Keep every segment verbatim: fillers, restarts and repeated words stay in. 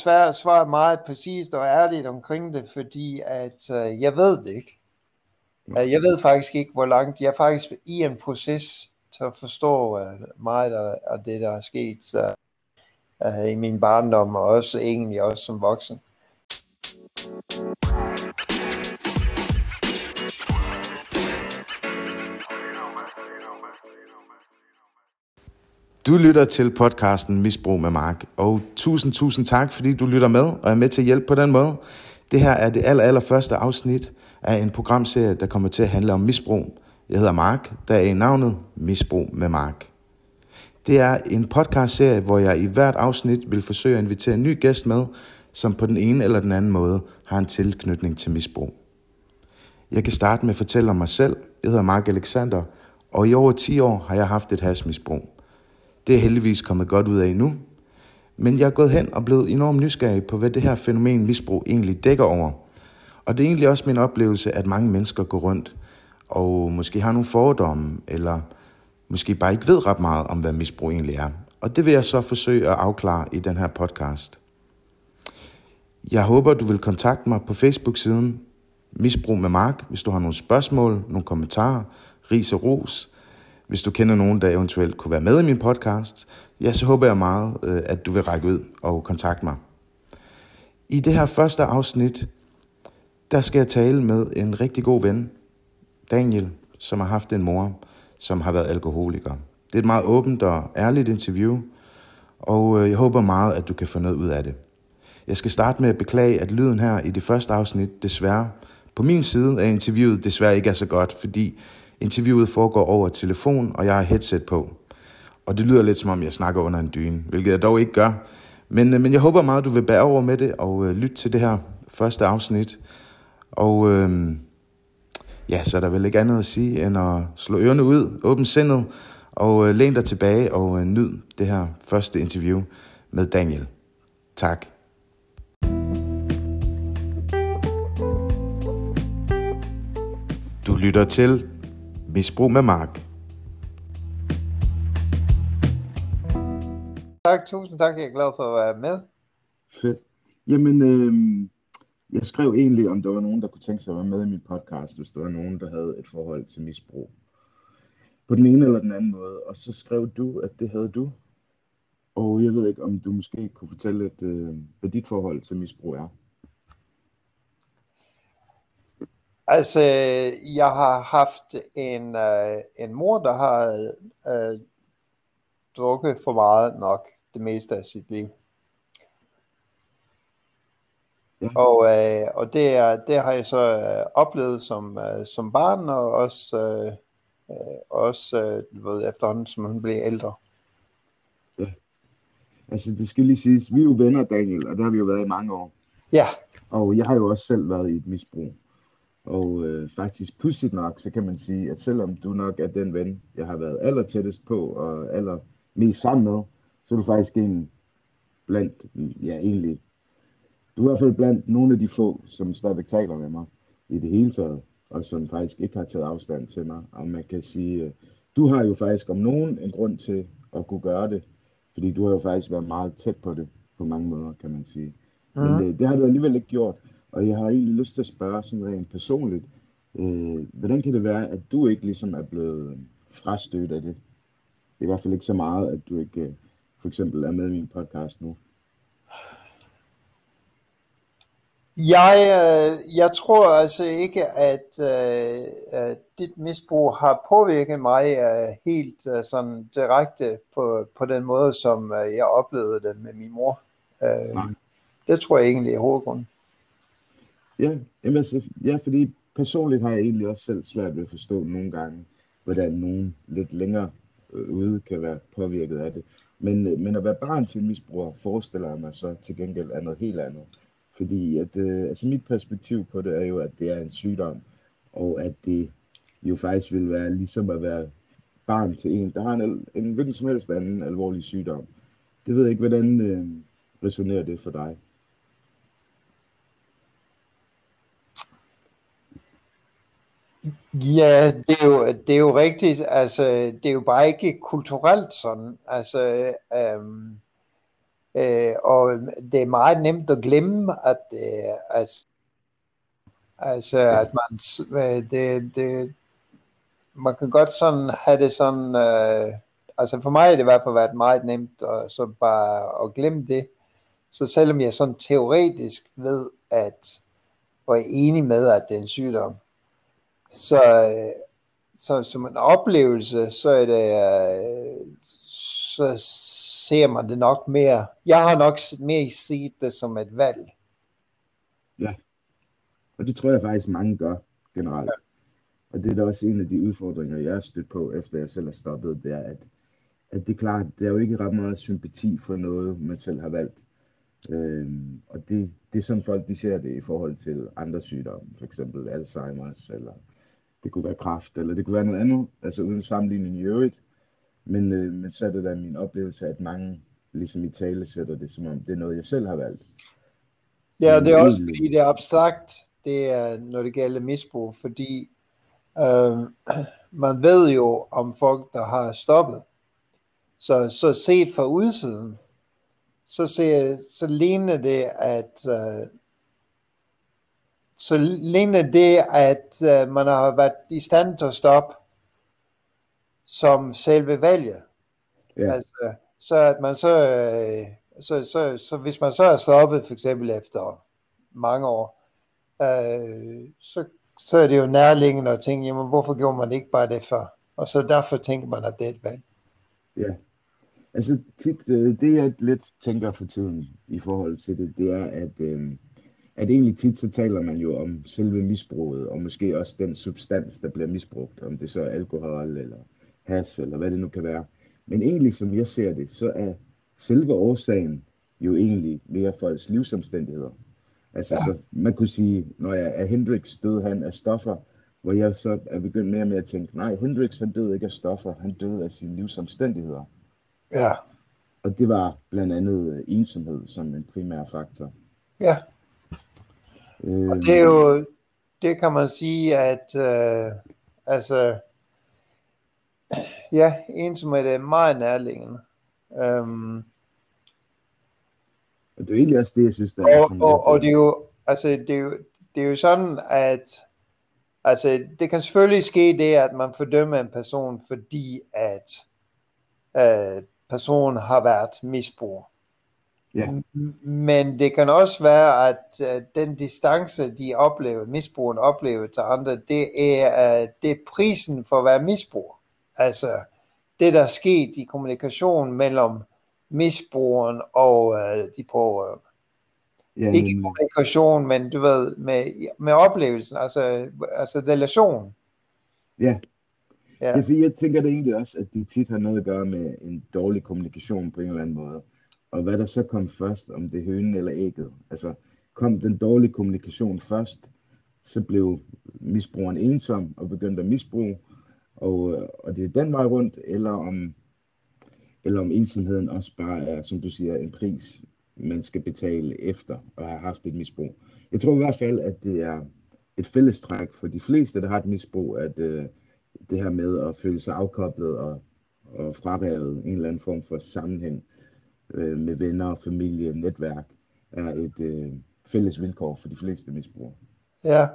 svært at svare meget præcist og ærligt omkring det, fordi at øh, jeg ved det ikke. Øh, Jeg ved faktisk ikke, hvor langt. Jeg er faktisk i en proces til at forstå øh, meget af, af det, der er sket øh, øh, i min barndom, og også egentlig også som voksen. Du lytter til podcasten Misbrug med Mark, og tusind, tusind tak, fordi du lytter med og er med til at hjælpe på den måde. Det her er det aller, aller første afsnit af en programserie, der kommer til at handle om misbrug. Jeg hedder Mark, der er i navnet Misbrug med Mark. Det er en podcastserie, hvor jeg i hvert afsnit vil forsøge at invitere en ny gæst med, som på den ene eller den anden måde har en tilknytning til misbrug. Jeg kan starte med at fortælle om mig selv. Jeg hedder Mark Alexander, og i over ti år har jeg haft et hashmisbrug. Det er heldigvis kommet godt ud af nu, men jeg er gået hen og blevet enormt nysgerrig på, hvad det her fænomen misbrug egentlig dækker over. Og det er egentlig også min oplevelse, at mange mennesker går rundt og måske har nogle fordomme, eller måske bare ikke ved ret meget om, hvad misbrug egentlig er. Og det vil jeg så forsøge at afklare i den her podcast. Jeg håber, du vil kontakte mig på Facebook-siden Misbrug med Mark, hvis du har nogle spørgsmål, nogle kommentarer, ris og ros. Hvis du kender nogen, der eventuelt kunne være med i min podcast, ja, så håber jeg meget, at du vil række ud og kontakte mig. I det her første afsnit, der skal jeg tale med en rigtig god ven, Daniel, som har haft en mor, som har været alkoholiker. Det er et meget åbent og ærligt interview, og jeg håber meget, at du kan få noget ud af det. Jeg skal starte med at beklage, at lyden her i det første afsnit desværre, på min side af interviewet, desværre ikke er så godt, fordi interviewet foregår over telefon, og jeg har headset på. Og det lyder lidt som om, jeg snakker under en dyne, hvilket jeg dog ikke gør. Men, men jeg håber meget, at du vil bære over med det og øh, lytte til det her første afsnit. Og øh, ja, så er der vel ikke andet at sige, end at slå ørerne ud, åbne sindet og øh, læn dig tilbage og øh, nyd det her første interview med Daniel. Tak. Du lytter til Misbrug med Mark. Tak, tusind tak. Jeg er glad for at være med. Fedt. Jamen, øh, jeg skrev egentlig, om der var nogen, der kunne tænke sig at være med i min podcast, hvis der var nogen, der havde et forhold til misbrug. På den ene eller den anden måde. Og så skrev du, at det havde du. Og jeg ved ikke, om du måske kunne fortælle lidt, øh, hvad dit forhold til misbrug er. Altså, jeg har haft en, øh, en mor, der har øh, drukket for meget nok det meste af sit liv. Ja. Og, øh, og det, er, det har jeg så øh, oplevet som, øh, som barn, og også, øh, også øh, du ved, efterhånden, som hun blev ældre. Ja, altså det skal lige siges, vi er jo venner, Daniel, og der har vi jo været i mange år. Ja. Og jeg har jo også selv været i et misbrug. Og øh, faktisk pudsigt nok, så kan man sige, at selvom du nok er den ven, jeg har været aller tættest på og aller mest sammen med, så er du faktisk en blandt, ja egentlig, du er i hvert fald blandt nogle af de få, som stadigvæk taler med mig i det hele taget, og som faktisk ikke har taget afstand til mig. Og man kan sige, du har jo faktisk om nogen en grund til at kunne gøre det, fordi du har jo faktisk været meget tæt på det på mange måder, kan man sige. Men mm. det, det har du alligevel ikke gjort. Og jeg har egentlig lyst til at spørge sådan rent personligt, øh, hvordan kan det være, at du ikke ligesom er blevet frastødt af det? Det er i hvert fald ikke så meget, at du ikke øh, for eksempel er med i min podcast nu. Jeg, øh, jeg tror altså ikke, at øh, dit misbrug har påvirket mig øh, helt øh, sådan direkte på, på den måde, som øh, jeg oplevede det med min mor. Øh, det tror jeg egentlig er hovedgrunden. Ja, jamen altså, ja, fordi personligt har jeg egentlig også selv svært ved at forstå nogle gange, hvordan nogen lidt længere øh, ude kan være påvirket af det. Men, men at være barn til en misbruger, forestiller jeg mig så til gengæld er noget helt andet. Fordi at, øh, altså mit perspektiv på det er jo, at det er en sygdom, og at det jo faktisk vil være ligesom at være barn til en, der har en, en hvilken som helst anden alvorlig sygdom. Det ved jeg ikke, hvordan øh, resonerer det for dig? Ja, det er jo, det er jo rigtigt. Altså, det er jo bare ikke kulturelt sådan. Altså, øhm, Øh, og det er meget nemt at glemme, at, øh, altså, altså, at man, øh, det, det, man kan godt sådan have det sådan, øh, altså for mig har det i hvert fald været meget nemt at, så bare at glemme det. Så selvom jeg sådan teoretisk ved, at og er enig med, at det er en sygdom, så, så som en oplevelse, så er det, så ser man det nok mere. Jeg har nok mere set det som et valg. Ja, og det tror jeg faktisk mange gør generelt. Ja. Og det er da også en af de udfordringer, jeg har stødt på, efter jeg selv har stoppet, det er, at, at det er klart, det er jo ikke ret meget sympati for noget, man selv har valgt. Øhm, og det, det er sådan folk, de ser det i forhold til andre sygdomme, for eksempel Alzheimer's, eller det kunne være kræft, eller det kunne være noget andet, altså uden sammenligning i øvrigt. Men, øh, men så er det da min oplevelse, at mange ligesom i tale sætter det, som om det er noget, jeg selv har valgt. Ja, det er også fordi det er abstrakt, det er, når det gælder misbrug, fordi øh, man ved jo om folk, der har stoppet. Så, så set fra udsiden, så, ser, så ligner det, at øh, så ligner det, at øh, man har været i stand til at stoppe som selve valget. Ja. Altså, så at man så, øh, så, så, så hvis man så er stoppet for eksempel efter mange år, øh, så, så er det jo nærliggende at tænke, jamen hvorfor gjorde man ikke bare det før? Og så derfor tænker man, at det er et valg. Ja, altså tit, det jeg lidt tænker for tiden i forhold til det, det er, at, øh, at egentlig tit så taler man jo om selve misbruget, og måske også den substans, der bliver misbrugt, om det så er alkohol eller hash, eller hvad det nu kan være. Men egentlig, som jeg ser det, så er selve årsagen jo egentlig mere folks livsomstændigheder. Altså, ja. Så man kunne sige, når jeg er Hendrix døde han af stoffer, hvor jeg så er begyndt mere og mere at tænke, nej, Hendrix han døde ikke af stoffer, han døde af sine livsomstændigheder. Ja. Og det var blandt andet ensomhed som en primær faktor. Ja. Øh, og det er jo, det kan man sige, at øh, altså, ja, ensomhed er meget nærliggende. Um, og det er egentlig også det, jeg synes, der er. Og, og, og det er jo, altså, det er jo, det er jo sådan, at altså, det kan selvfølgelig ske det, at man fordømmer en person, fordi at øh, personen har været misbruger. Ja. Men det kan også være, at uh, den distance, de oplever, misbrugeren oplever til andre, det er, uh, det er prisen for at være misbruger. Altså det, der er sket i kommunikation mellem misbrugeren og uh, de pårørende. Ja, ikke men... kommunikation, men du ved, med, med oplevelsen, altså, altså relation. Ja. Ja. Det er, jeg tænker det egentlig også, at de tit har noget at gøre med en dårlig kommunikation på en eller anden måde. Og hvad der så kom først, om det er hønen eller ægget. Altså, kom den dårlige kommunikation først, så blev misbrugeren ensom og begyndte at misbruge. Og, og det er den vej rundt, eller om, eller om ensomheden også bare er, som du siger, en pris, man skal betale efter at have haft et misbrug. Jeg tror i hvert fald, at det er et fællestræk for de fleste, der har et misbrug, at uh, det her med at føle sig afkoblet og, og fraværet en eller anden form for sammenhæng med venner, familie, netværk, er et øh, fælles vilkår for de fleste misbrugere. Ja,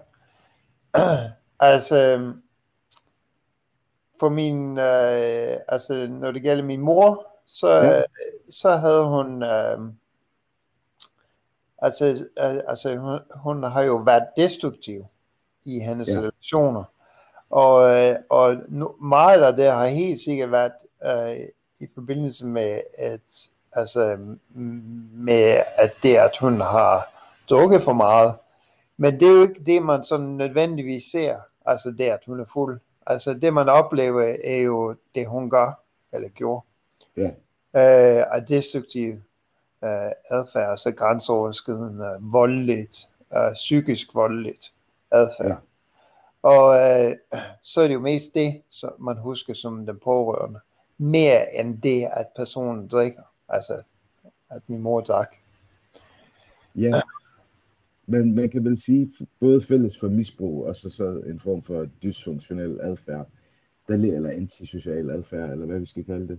altså for min, øh, altså når det gælder min mor, så, ja. så havde hun, øh, altså, øh, altså hun, hun har jo været destruktiv i hendes ja. relationer, og, øh, og nu, meget af det har helt sikkert været øh, i forbindelse med et altså med at det, at hun har drukket for meget. Men det er jo ikke det, man sådan nødvendigvis ser, altså det, at hun er fuld. Altså det, man oplever, er jo det, hun gør, eller gjorde. Ja. Øh, er destruktiv øh, adfærd, altså grænseoverskridende, voldeligt, øh, psykisk voldeligt adfærd. Ja. Og øh, så er det jo mest det, som man husker som den pårørende, mere end det, at personen drikker. Altså, at min mor drak. Ja, men man kan vel sige, både fælles for misbrug, og så, så en form for dysfunktionel adfærd, der, eller antisocial adfærd, eller hvad vi skal kalde det,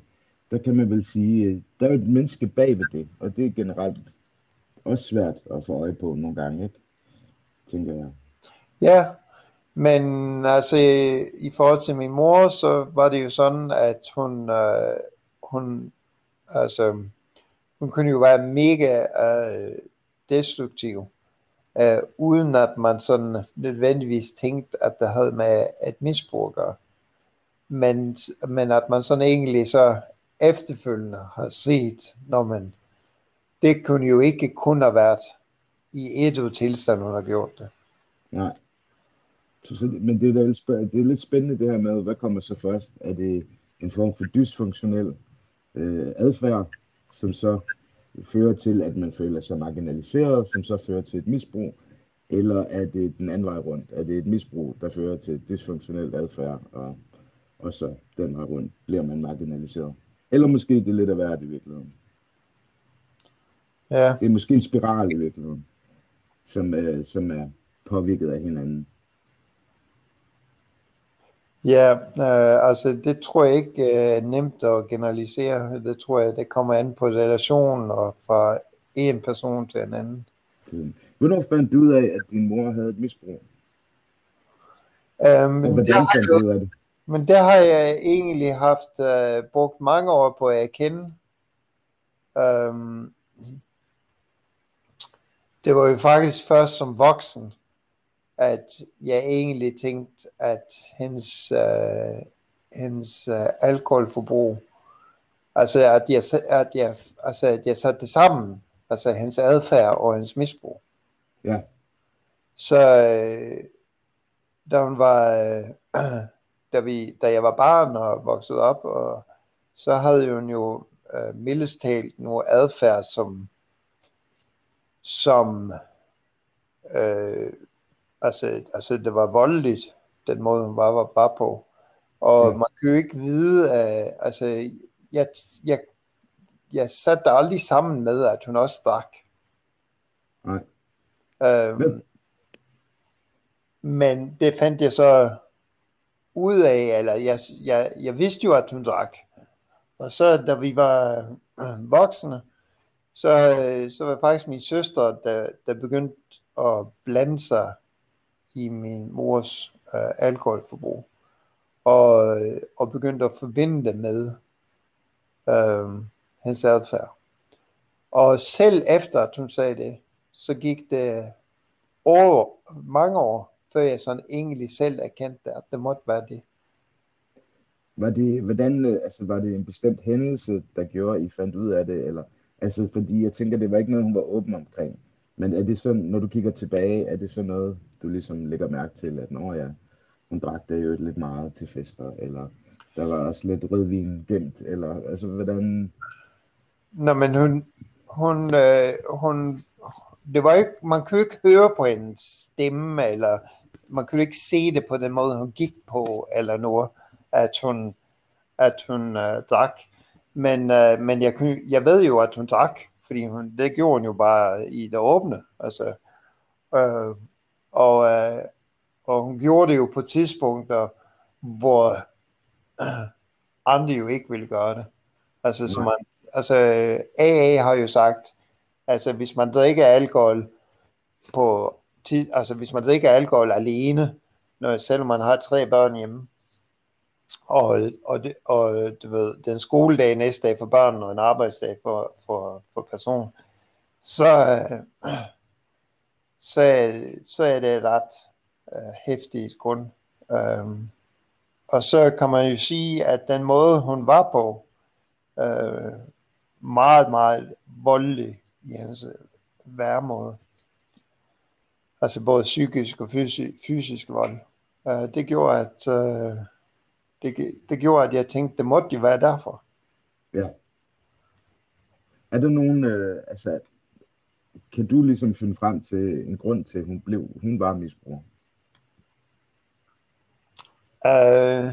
der kan man vel sige, der er jo et menneske bag ved det, og det er generelt også svært at få øje på nogle gange, ikke? Tænker jeg. Ja, men altså i forhold til min mor, så var det jo sådan, at hun, øh, hun, altså, hun kunne jo være mega øh, destruktiv, øh, uden at man sådan nødvendigvis tænkte, at det havde med et misbrug at gøre. Men, men at man sådan egentlig så efterfølgende har set, når man, det kunne jo ikke kun have været i et tilstand, hun har gjort det. Nej. Så, men det er, lidt spændende, det er lidt spændende det her med, hvad kommer så først? Er det en form for dysfunktionel øh, adfærd, som så fører til, at man føler sig marginaliseret, som så fører til et misbrug, eller er det den anden vej rundt? Er det et misbrug, der fører til et dysfunktionelt adfærd, og, og så den vej rundt bliver man marginaliseret? Eller måske det er lidt af hvert i virkeligheden. Ja. Det er måske en spiral i virkeligheden, som, øh, som er påvirket af hinanden. Ja, øh, altså det tror jeg ikke er nemt at generalisere. Det tror jeg, det kommer an på relationen og fra en person til en anden. Hvornår fandt du ud af, at din mor havde et misbrug? Um, og hvordan fandt du ud af det? Men det har jeg egentlig haft uh, brugt mange år på at erkende. Um, det var jo faktisk først som voksen, at jeg egentlig tænkte, at hendes, uh, hendes uh, alkoholforbrug, altså at jeg, at, jeg, altså at jeg satte det sammen, altså hendes adfærd og hendes misbrug. Ja. Så da hun var, da, vi, da jeg var barn og voksede op, og så havde hun jo uh, mildest talt noget adfærd, som, som øh, Altså, altså det var voldeligt, den måde hun var, var bare på. Og ja. Man kan jo ikke vide, uh, altså jeg, jeg, jeg satte det aldrig sammen med, at hun også drak. Nej. Um, ja. Men det fandt jeg så ud af, eller jeg, jeg, jeg vidste jo, at hun drak. Og så da vi var øh, voksne, så, øh, så var det faktisk min søster, der, der begyndte at blande sig i min mors øh, alkoholforbrug, og, og begyndte at forbinde det med øh, hendes adfærd. Og selv efter at hun sagde det, så gik det år, mange år, før jeg sådan egentlig selv erkendte, at det måtte være det. Var det, hvordan, altså var det en bestemt hændelse, der gjorde, at I fandt ud af det, eller, altså fordi jeg tænker, det var ikke noget, hun var åben omkring. Men er det sådan, når du kigger tilbage, er det så noget, du ligesom lægger mærke til, at når ja, hun drak det jo lidt meget til fester, eller der var også lidt rødvin gemt, eller altså hvordan? Nå, men hun, hun, øh, hun, det var ikke, man kunne ikke høre på hendes stemme, eller man kunne ikke se det på den måde, hun gik på, eller noget, at hun, at hun øh, drak. Men, øh, men jeg, kunne, jeg ved jo, at hun drak, fordi hun, det gjorde hun jo bare i det åbne. Altså, øh, og, øh, og hun gjorde det jo på tidspunkter, hvor øh, andre jo ikke ville gøre det. Altså, så man, altså A A har jo sagt, altså hvis man drikker alkohol på tid, altså hvis man drikker alkohol alene, når, selvom man har tre børn hjemme, og, og, det, og du ved, den skoledag næste dag for børn og en arbejdsdag for, for, for personen, så, så, så er det et ret uh, hæftigt grund. Um, og så kan man jo sige, at den måde hun var på, uh, meget, meget voldelig i hans væremåde. Altså både psykisk og fysisk, fysisk vold. Uh, det gjorde, at uh, det, det gjorde, at jeg tænkte, det måtte jo være derfor. Ja. Er der nogen, øh, altså, kan du ligesom finde frem til en grund til, at hun blev, hun var misbruger? Uh,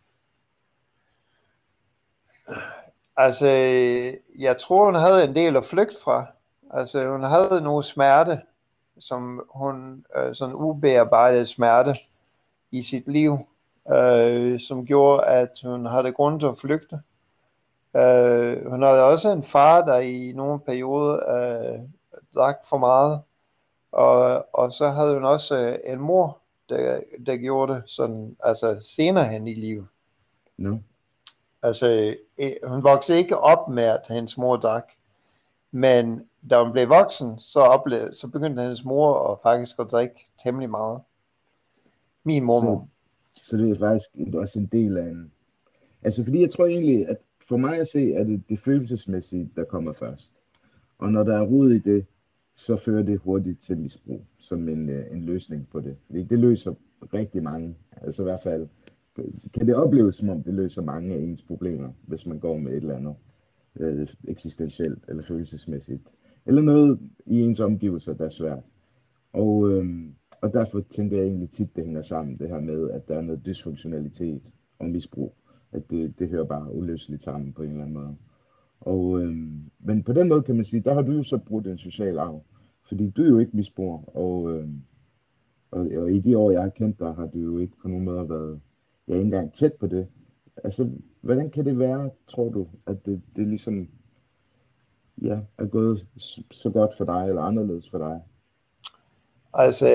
altså, jeg tror, hun havde en del at flygte fra. Altså, hun havde nogle smerte, som hun, øh, sådan ubearbejdet smerte i sit liv, øh, som gjorde, at hun havde grund til at flygte. Øh, hun havde også en far, der i nogle perioder øh, drak for meget, og, og så havde hun også øh, en mor, der, der gjorde det sådan, altså senere hen i livet. No. Altså, øh, hun voksede ikke op med, at hendes mor drak, men da hun blev voksen, så, oplevede, så begyndte hendes mor at faktisk at drikke temmelig meget. Min mormor. Så, så det er faktisk også en del af en... Altså, fordi jeg tror egentlig, at for mig at se, er det det følelsesmæssige, der kommer først. Og når der er rod i det, så fører det hurtigt til misbrug, som en, en løsning på det. Fordi det løser rigtig mange. Altså i hvert fald kan det opleves, som om det løser mange af ens problemer, hvis man går med et eller andet øh, eksistentielt eller følelsesmæssigt. Eller noget i ens omgivelser, der er svært. Og, øh, og derfor tænker jeg egentlig tit, det hænger sammen, det her med, at der er noget dysfunktionalitet og misbrug. At det, det hører bare uløseligt sammen på en eller anden måde. Og, øhm, men på den måde kan man sige, der har du jo så brugt en social arv, fordi du er jo ikke misbruger, og, øhm, og, og i de år, jeg har kendt dig, har du jo ikke på nogen måde været, jeg er ikke engang tæt på det. Altså, hvordan kan det være, tror du, at det, det ligesom, ja, er gået så godt for dig, eller anderledes for dig? Altså,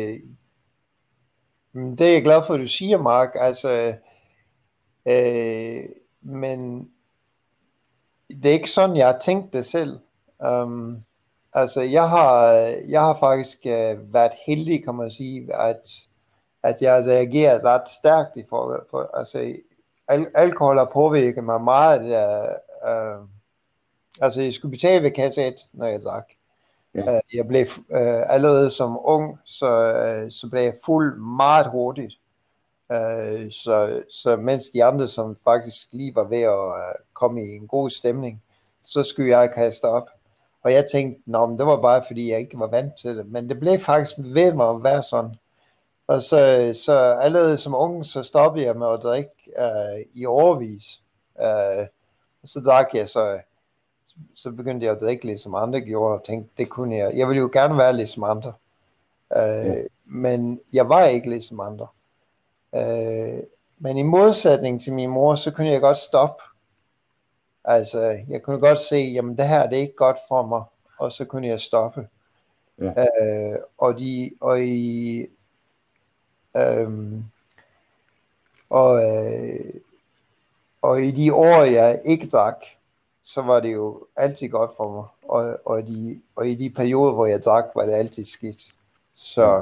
det er jeg glad for, at du siger, Mark, altså, øh, men det er ikke sådan, jeg har tænkt det selv. Um, altså, jeg har, jeg har faktisk uh, været heldig, kan man sige, at, at jeg har reageret ret stærkt i forhold. For, altså, al- alkohol har påvirket mig meget. Uh, uh, altså, jeg skulle betale ved kasse et, når jeg drak. Ja. Uh, jeg blev uh, allerede som ung, så, uh, så blev jeg fuld meget hurtigt. Uh, så, så mens de andre, som faktisk lige var ved at uh, komme i en god stemning, så skulle jeg kaste op. Og jeg tænkte, nå, men det var bare fordi jeg ikke var vant til det. Men det blev faktisk ved mig at være sådan. Og så, så allerede som ung, så stoppede jeg med at drikke uh, i årevis. Uh, så drak jeg, så, så begyndte jeg at drikke lidt som andre gjorde, og tænkte, det kunne jeg. Jeg ville jo gerne være lidt som andre. Uh, ja. Men jeg var ikke lidt som andre. Øh, men i modsætning til min mor, så kunne jeg godt stoppe. Altså, jeg kunne godt se, jamen det her, det er ikke godt for mig, og så kunne jeg stoppe. Ja. Øh, og de, og i, øhm, og, øh, og i de år, jeg ikke drak, så var det jo altid godt for mig. Og, og, de, og i de perioder, hvor jeg drak, var det altid skidt. Så... Ja.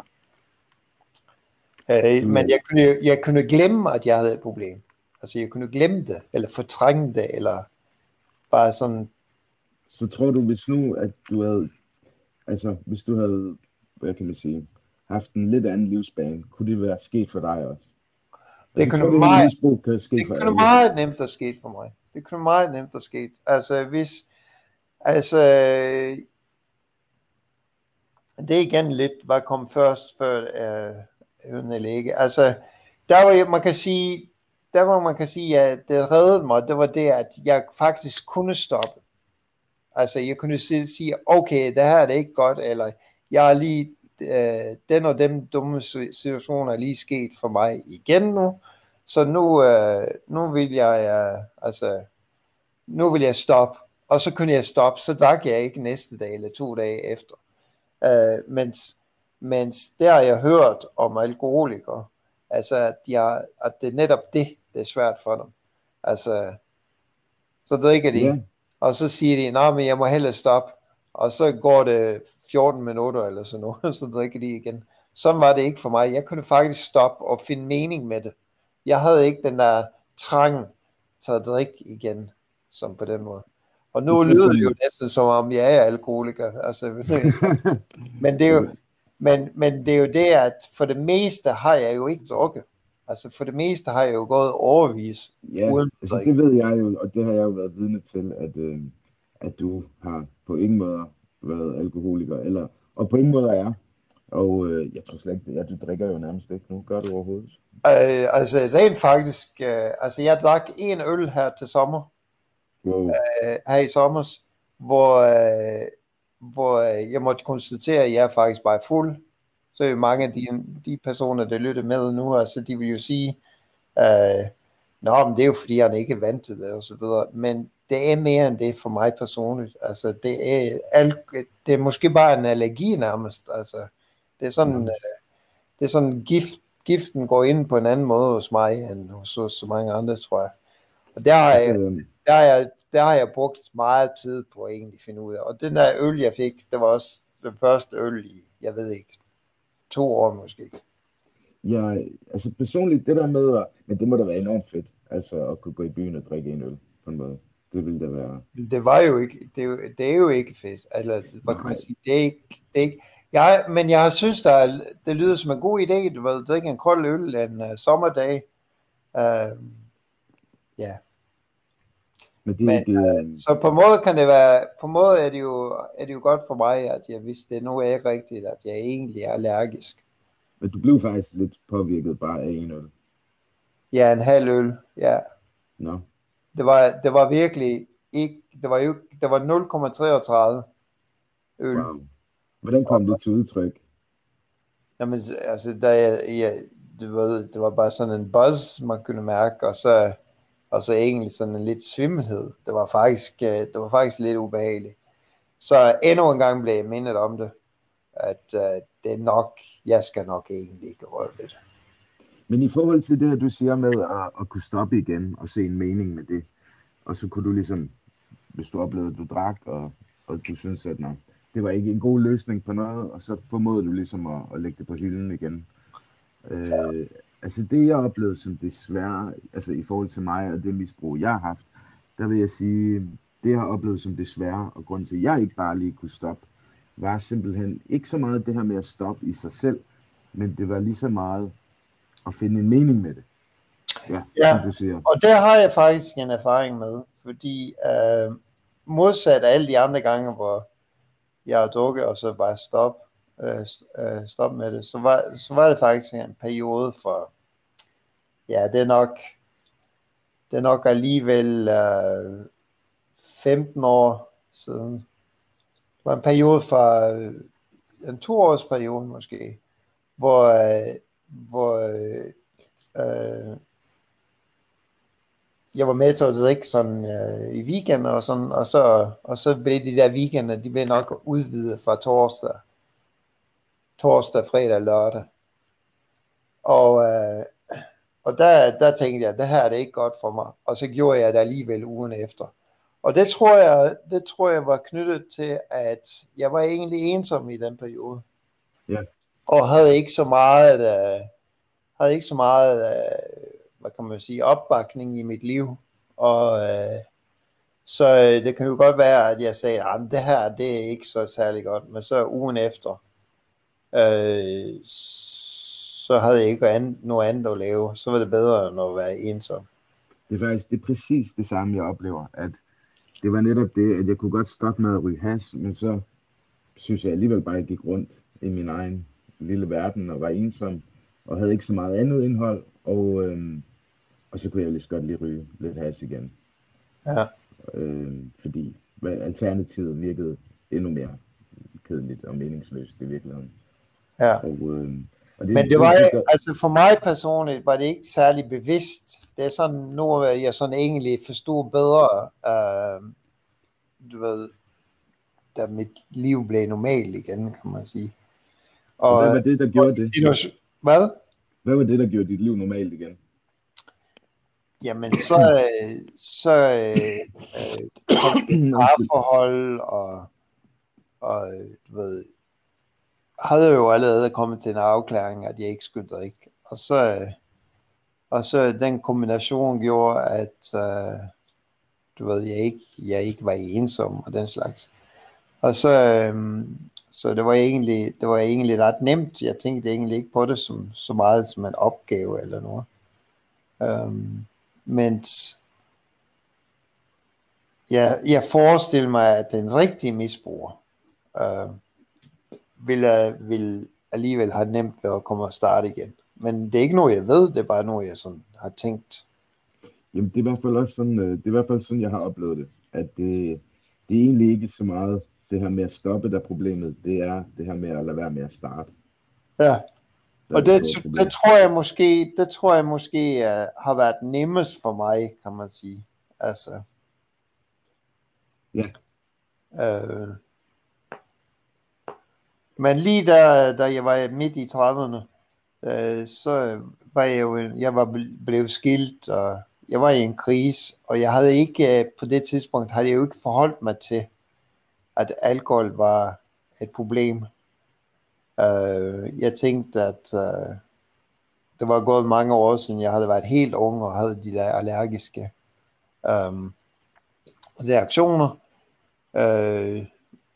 Øh, men jeg kunne, jeg kunne glemme, at jeg havde et problem. Altså jeg kunne glemme det, eller fortrænge det, eller bare sådan. Så tror du, hvis nu, at du havde, altså hvis du havde, hvad kan man sige, haft en lidt anden livsbane, kunne det være sket for dig også? Det altså, kunne, meget, det kunne meget nemt at ske for mig. Det kunne meget nemt at ske. Altså hvis, altså, det er igen lidt, hvad kom først før, øh, Læge. Altså, der var man kan sige, der var man kan sige, at det reddede mig, det var det, at jeg faktisk kunne stoppe. Altså, jeg kunne sige, okay, det her er det ikke godt, eller jeg er lige, øh, den og den dumme situationer er lige sket for mig igen nu, så nu, øh, nu vil jeg, øh, altså, nu vil jeg stoppe, og så kunne jeg stoppe, så drak jeg ikke næste dag eller to dage efter. Øh, mens Mens der har jeg hørt om alkoholikere, altså at, de at det er netop det, det er svært for dem. Altså, så drikker de, yeah. Og så siger de, nej, men jeg må hellere stoppe. Og så går det fjorten minutter eller sådan noget, så drikker de igen. Sådan var det ikke for mig. Jeg kunne faktisk stoppe og finde mening med det. Jeg havde ikke den der trang til at drikke igen, som på den måde. Og nu lyder det jo næsten som om, jeg er alkoholiker. Altså, men det er jo... Men, men det er jo det, at for det meste har jeg jo ikke drukket. Altså for det meste har jeg jo gået overvis. Ja, uden altså det ved jeg jo, og det har jeg jo været vidne til, at, øh, at du har på ingen måde været alkoholiker, eller, og på ingen måde er. Og øh, jeg tror slet ikke, at ja, du drikker jo nærmest ikke nu. Gør du overhovedet? Øh, altså rent faktisk, øh, altså jeg drak en øl her til sommer. Wow. Øh, her i sommers, hvor... Øh, hvor jeg måtte konstatere, at jeg er faktisk bare fuld. Så er jo mange af de, de personer, der lytter med nu, altså de vil jo sige, øh, nå, men det er jo fordi, han ikke er vant til det, og så videre. Men det er mere end det for mig personligt. Altså, det er, al, det er måske bare en allergi nærmest. Altså, det er sådan, mm. det er sådan gift, giften går ind på en anden måde hos mig, end hos så, så mange andre, tror jeg. Og der har jeg, der har jeg, der har jeg brugt meget tid på at egentlig finde ud af. Og den der øl, jeg fik, det var også den første øl i, jeg ved ikke, to år måske. Ja, altså personligt, det der med, at, men det må da være enormt fedt, altså at kunne gå i byen og drikke en øl, på en måde. Det ville da være... Det var jo ikke, det er jo, det er jo ikke fedt. Altså, hvad kan man sige, det er ikke, det er ikke... Jeg, men jeg synes, der er, det lyder som en god idé, du vil drikke en kold øl en uh, sommerdag. Uh, ja. Men, det men ikke, uh, så på en måde kan det være, på en måde er det jo, er det jo godt for mig, at jeg vidste, det nu er ikke rigtigt, at jeg egentlig er allergisk. Men du blev faktisk lidt påvirket bare af en øl? Ja, en halv øl, ja. Nå. No. Det var, det var virkelig ikke, det var jo, det var nul komma treogtredive øl. Wow. Hvordan kom det til udtryk? Jamen, altså, der, ja, det, var, det var bare sådan en buzz, man kunne mærke, og så, og så egentlig sådan en lidt svimmelhed. Det var faktisk, det var faktisk lidt ubehageligt. Så endnu en gang blev jeg mindet om det, at uh, det er nok, jeg skal nok egentlig ikke røre ved det. Men i forhold til det, du siger med at, at kunne stoppe igen og se en mening med det, og så kunne du ligesom, hvis du oplevede, at du drak, og, og du synes, at nej, det var ikke en god løsning på noget, og så formåede du ligesom at, at lægge det på hylden igen. Ja. Øh, altså det, jeg oplevede som desværre, altså i forhold til mig og det misbrug, jeg har haft, der vil jeg sige, det jeg har oplevet som desværre, og grund til, at jeg ikke bare lige kunne stoppe, var simpelthen ikke så meget det her med at stoppe i sig selv, men det var lige så meget at finde en mening med det. Ja, ja, som du siger. Og der har jeg faktisk en erfaring med, fordi øh, modsat alle de andre gange, hvor jeg har drukket, og så bare stop, øh, stop med det, så var, så var det faktisk en periode for, ja, det er nok, det er nok alligevel øh, femten år siden. Det var en periode fra, øh, en toårsperiode måske, hvor, øh, hvor øh, jeg var med til at drikke sådan øh, i weekender og sådan, og så, og så blev de der weekender, de blev nok udvidet fra torsdag, torsdag, fredag, lørdag. Og, øh, og der, der tænkte jeg, det her er det ikke godt for mig, og så gjorde jeg det alligevel ugen efter. Og det tror jeg, det tror jeg var knyttet til, at jeg var egentlig ensom i den periode. Ja. Og havde ikke så meget, øh, havde ikke så meget, øh, hvad kan man sige, opbakning i mit liv. Og øh, så det kan jo godt være, at jeg sagde, at det her, det er ikke så særlig godt. Men så ugen efter, øh, så havde jeg ikke andet, noget andet at lave. Så var det bedre end at være ensom. Det er faktisk det er præcis det samme, jeg oplever. At det var netop det, at jeg kunne godt stoppe med at ryge hash, men så synes jeg alligevel bare, at jeg gik rundt i min egen lille verden og var ensom, og havde ikke så meget andet indhold, og, øhm, og så kunne jeg lige så godt lige ryge lidt hash igen. Ja. Øhm, fordi alternativet virkede endnu mere kedeligt og meningsløst i virkeligheden. Ja. Og, øhm, og det, Men det var, det, der... altså for mig personligt, var det ikke særlig bevidst. Det er sådan, nu jeg sådan egentlig forstod bedre, øh, du ved, da mit liv blev normalt igen, kan man sige. Og, og hvad var det, der gjorde det? Hvad? Hvad var det, der gjorde dit liv normalt igen? Jamen, så, så øh, kom parforhold, og, og du ved, havde jo allerede kommet til en afklaring, at jeg ikke skulle drikke. Og så, og så den kombination gjorde, at øh, du ved, jeg ikke, jeg ikke var ensom og den slags. Og så, øh, så det var egentlig, det var egentlig ret nemt. Jeg tænkte egentlig ikke på det som, så meget som en opgave eller noget. Um, mens jeg, jeg forestiller mig, at den rigtige misbruger uh, vil, vil alligevel have nemt ved at komme og starte igen. Men det er ikke noget, jeg ved, det er bare noget, jeg sådan har tænkt. Jamen, det er i hvert fald også sådan, det er i hvert fald sådan, jeg har oplevet det. At det, det er egentlig ikke så meget det her med at stoppe, der problemet. Det er det her med at lade være med at starte. Ja. Og det, det tror jeg måske, det tror jeg måske uh, har været nemmest for mig, kan man sige. Altså, Ja. Øh, men lige da, da jeg var midt i trediverne, øh, så var jeg jo, jeg var blevet skilt, og jeg var i en krise, og jeg havde ikke, på det tidspunkt, havde jeg jo ikke forholdt mig til, at alkohol var et problem. Øh, jeg tænkte, at øh, det var gået mange år siden, jeg havde været helt ung, og havde de der allergiske øh, reaktioner. Øh,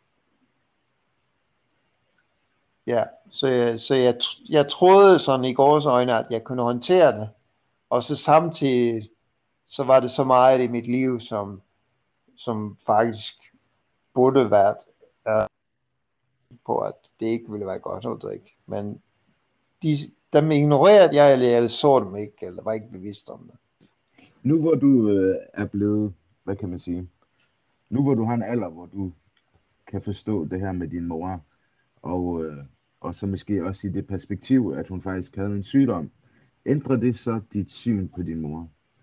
ja, så, jeg, så jeg, jeg troede sådan i gårs øjne, at jeg kunne håndtere det. Og så samtidig, så var det så meget i mit liv, som, som faktisk burde være uh, på, at det ikke ville være godt at drikke. Men de, dem ignorerede jeg, eller jeg så dem ikke, eller var ikke bevidst om det. Nu hvor du øh, er blevet, hvad kan man sige, nu hvor du har en alder, hvor du kan forstå det her med din mor, og, øh, og så måske også i det perspektiv, at hun faktisk havde en sygdom, ændrer det så dit syn på din mor?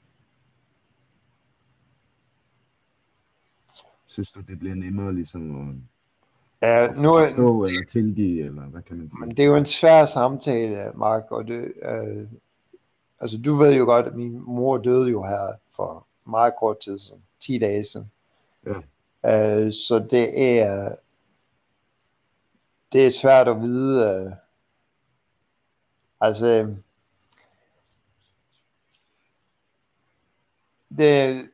Synes du, det bliver nemmere ligesom at, Ja, at nu, forstå eller tilgive, eller hvad kan man sige? Men det er jo en svær samtale, Mark, og det, øh, altså du ved jo godt, at min mor døde jo her for meget kort tid siden, ti dage siden. Ja. Øh, så det er, det er svært at vide, øh, altså, det,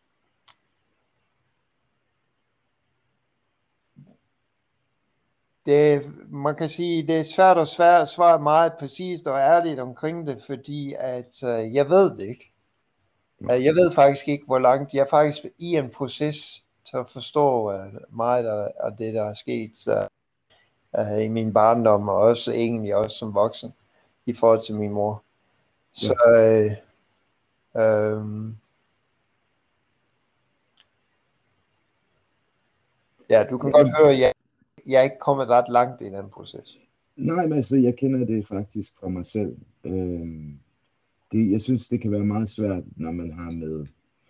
det, man kan sige, det er svært at svare, svare meget præcist og ærligt omkring det, fordi at øh, jeg ved det ikke. Øh, jeg ved faktisk ikke, hvor langt. Jeg er faktisk i en proces til at forstå øh, meget af, af det, der er sket øh, øh, i min barndom, og også egentlig også som voksen, i forhold til min mor. Så øh, øh, ja, du kan ja. godt høre, at jeg, jeg er ikke kommet ret langt i den proces. Nej, men altså, jeg kender det faktisk fra mig selv. Øhm, det, jeg synes, det kan være meget svært, når man har med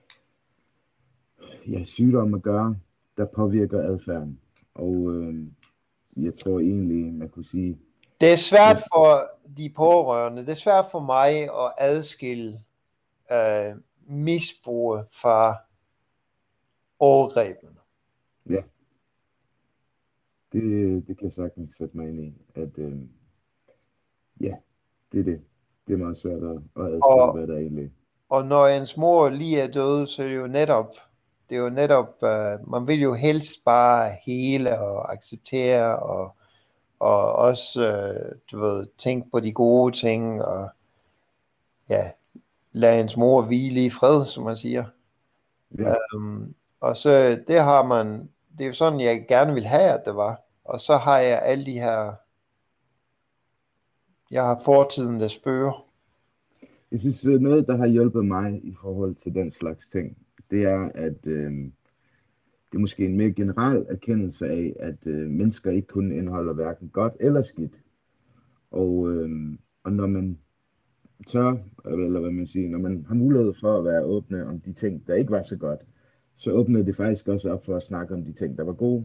ja, sygdom at gøre, der påvirker adfærden. Og øhm, jeg tror egentlig, man kunne sige... Det er svært ja. for de pårørende, det er svært for mig at adskille øh, misbrug fra overgrebene. Ja. Det, det kan jeg sagtens sætte mig ind i, at øh, ja, det er det. Det er meget svært at, at adskille, og, hvad der egentlig. Og når ens mor lige er død, så er det jo netop, det er jo netop, uh, man vil jo helst bare hele og acceptere, og, og også, uh, du ved, tænke på de gode ting, og ja, lade ens mor hvile i fred, som man siger. Ja. Um, og så det har man, det er jo sådan, jeg gerne vil have, at det var. Og så har jeg alle de her, jeg har fortiden, der spørger. Jeg synes, noget, der har hjulpet mig i forhold til den slags ting, det er, at øh, det er måske en mere generel erkendelse af, at øh, mennesker ikke kun indeholder hverken godt eller skidt. Og, øh, og når man tør, eller hvad man siger, når man har mulighed for at være åbne om de ting, der ikke var så godt, så åbnede det faktisk også op for at snakke om de ting, der var gode.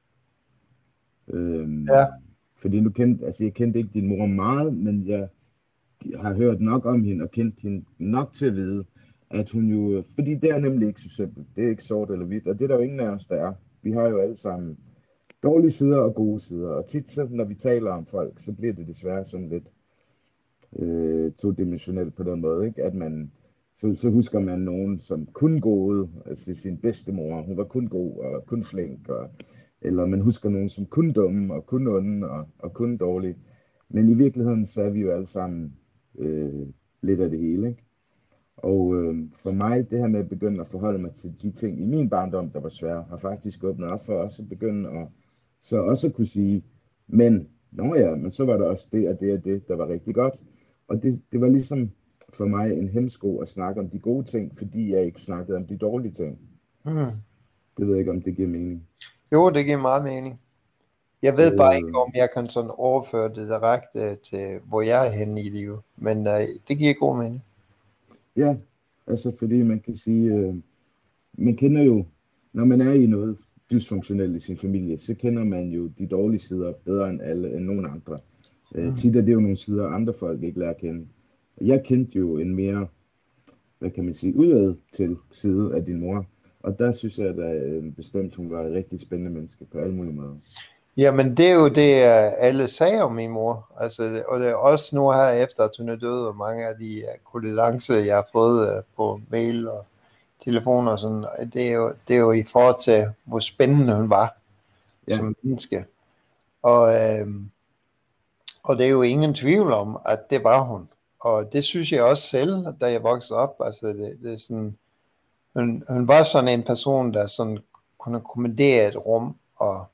Øhm, ja. Fordi nu kendte, altså jeg kendte ikke din mor meget, men jeg har hørt nok om hende og kendt hende nok til at vide, at hun jo, fordi det er nemlig ikke så simpelt, det er ikke sort eller hvidt, og det er der jo ingen af os, der er. Vi har jo alle sammen dårlige sider og gode sider, og tit så, når vi taler om folk, så bliver det desværre sådan lidt øh, todimensionelt på den måde, ikke? At man, så, så husker man nogen som kun gode, altså sin bedstemor, hun var kun god og kun flink, og eller man husker nogen som kun dumme og kun onde og, og kun dårlige. Men i virkeligheden, så er vi jo alle sammen øh, lidt af det hele, ikke? Og øh, for mig, det her med at begynde at forholde mig til de ting i min barndom, der var svære, har faktisk åbnet op for os at begynde at så også at kunne sige, men, nå ja, men så var der også det og det og det, der var rigtig godt. Og det, det var ligesom for mig en hemsko at snakke om de gode ting, fordi jeg ikke snakkede om de dårlige ting. Mm. Det ved jeg ikke, om det giver mening. Jo, det giver meget mening. Jeg ved bare ikke, om jeg kan sådan overføre det direkte til, hvor jeg er henne i livet. Men uh, det giver god mening. Ja, altså fordi man kan sige, uh, man kender jo når man er i noget dysfunktionelt i sin familie, så kender man jo de dårlige sider bedre end alle, end nogen andre. Øh, tit er det jo nogle sider, andre folk ikke lærer at kende. Jeg kendte jo en mere, hvad kan man sige, udad til side af din mor, og der synes jeg, at bestemt hun var et rigtig spændende menneske på alle mulige måder. Jamen, det er jo det, alle sagde om min mor. Altså, og det er også nu her efter, at hun er død, og mange af de kondolencer, jeg har fået på mail og telefon og sådan, det er jo, det er jo i forhold til, hvor spændende hun var ja. som menneske. Og, øhm, og det er jo ingen tvivl om, at det var hun. Og det synes jeg også selv, da jeg voksede op. Altså, det, det er sådan, hun, hun var sådan en person, der sådan kunne kommandere et rum, og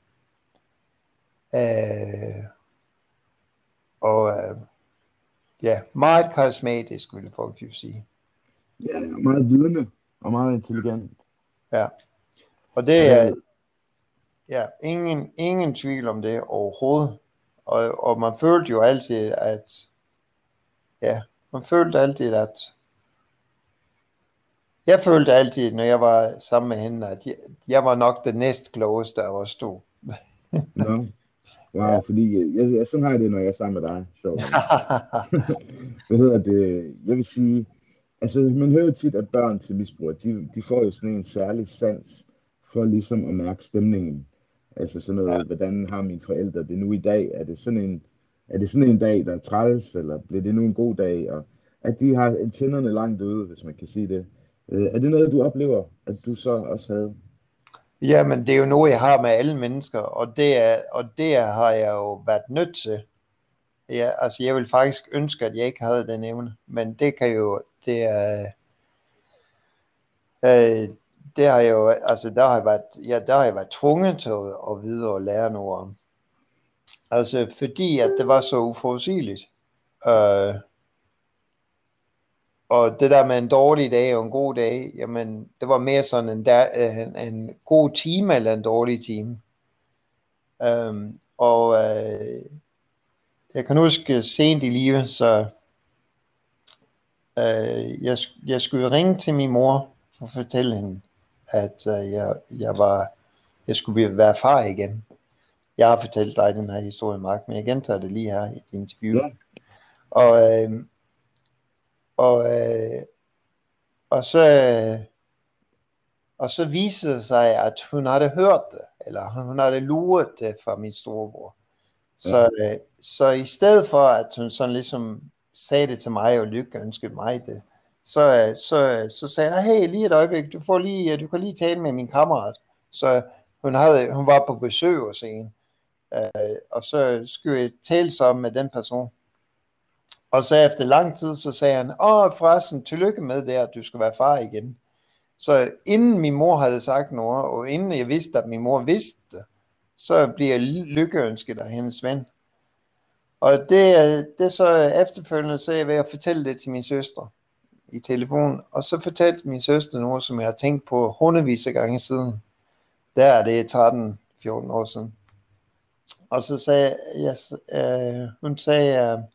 Øh, og øh, ja, meget karismatisk, ville folk jo sige. Ja, meget vidende og meget intelligent. Ja, og det er ja, ingen, ingen tvivl om det overhovedet. Og, og man følte jo altid, at ja, man følte altid, at jeg følte altid, når jeg var sammen med hende, at jeg, jeg var nok det næstklogeste af os to. Nå. Wow, ja. Fordi jeg, jeg, sådan har jeg det, når jeg er sammen med dig. Sjovt. Hvad hedder det? Jeg vil sige, altså man hører jo tit, at børn til misbrugere, de, de får jo sådan en særlig sans for ligesom at mærke stemningen. Altså sådan noget, ja. Hvordan har mine forældre det nu i dag? Er det sådan en, er det sådan en dag, der er træls, eller bliver det nu en god dag? Og at de har tænderne langt ude, hvis man kan sige det. Er det noget, du oplever, at du så også havde? Ja, men det er jo noget, jeg har med alle mennesker, og det, er, og det har jeg jo været nødt til. Ja, altså, jeg vil faktisk ønske, at jeg ikke havde den evne, men det kan jo, det er, øh, det har jeg jo, altså, der har jeg været, ja, der har jeg været tvunget til at, at vide og lære noget om. Altså, fordi at det var så uforudsigeligt. Øh, Og det der med en dårlig dag og en god dag, jamen, det var mere sådan en, der, en, en god time eller en dårlig time. Um, og uh, jeg kan huske sent i livet, så uh, jeg, jeg skulle ringe til min mor for at fortælle hende, at uh, jeg, jeg, var, jeg skulle være far igen. Jeg har fortalt dig den her historie, Mark, men jeg gentager det lige her i et interview. Ja. Og... Uh, Og, øh, og, så, og så viste det sig, at hun havde hørt det, eller hun havde luret det fra min storebror. Så, ja. øh, så i stedet for, at hun sådan ligesom sagde det til mig, og lykke ønskede mig det, så, så, så sagde jeg, hey, lige et øjeblik, du, får lige, du kan lige tale med min kammerat. Så hun, havde, hun var på besøg hos en, øh, og så skulle jeg tale så med den person. Og så efter lang tid, så sagde han, åh forresten, tillykke med det, at du skal være far igen. Så inden min mor havde sagt noget, og inden jeg vidste, at min mor vidste det, så bliver jeg lykkeønsket af hendes ven. Og det, det er så efterfølgende, så jeg ved at fortælle det til min søster i telefon. Og så fortalte min søster noget, som jeg har tænkt på hundredvis af gange siden. Der er det tretten fjorten år siden. Og så sagde jeg, øh, hun sagde, øh,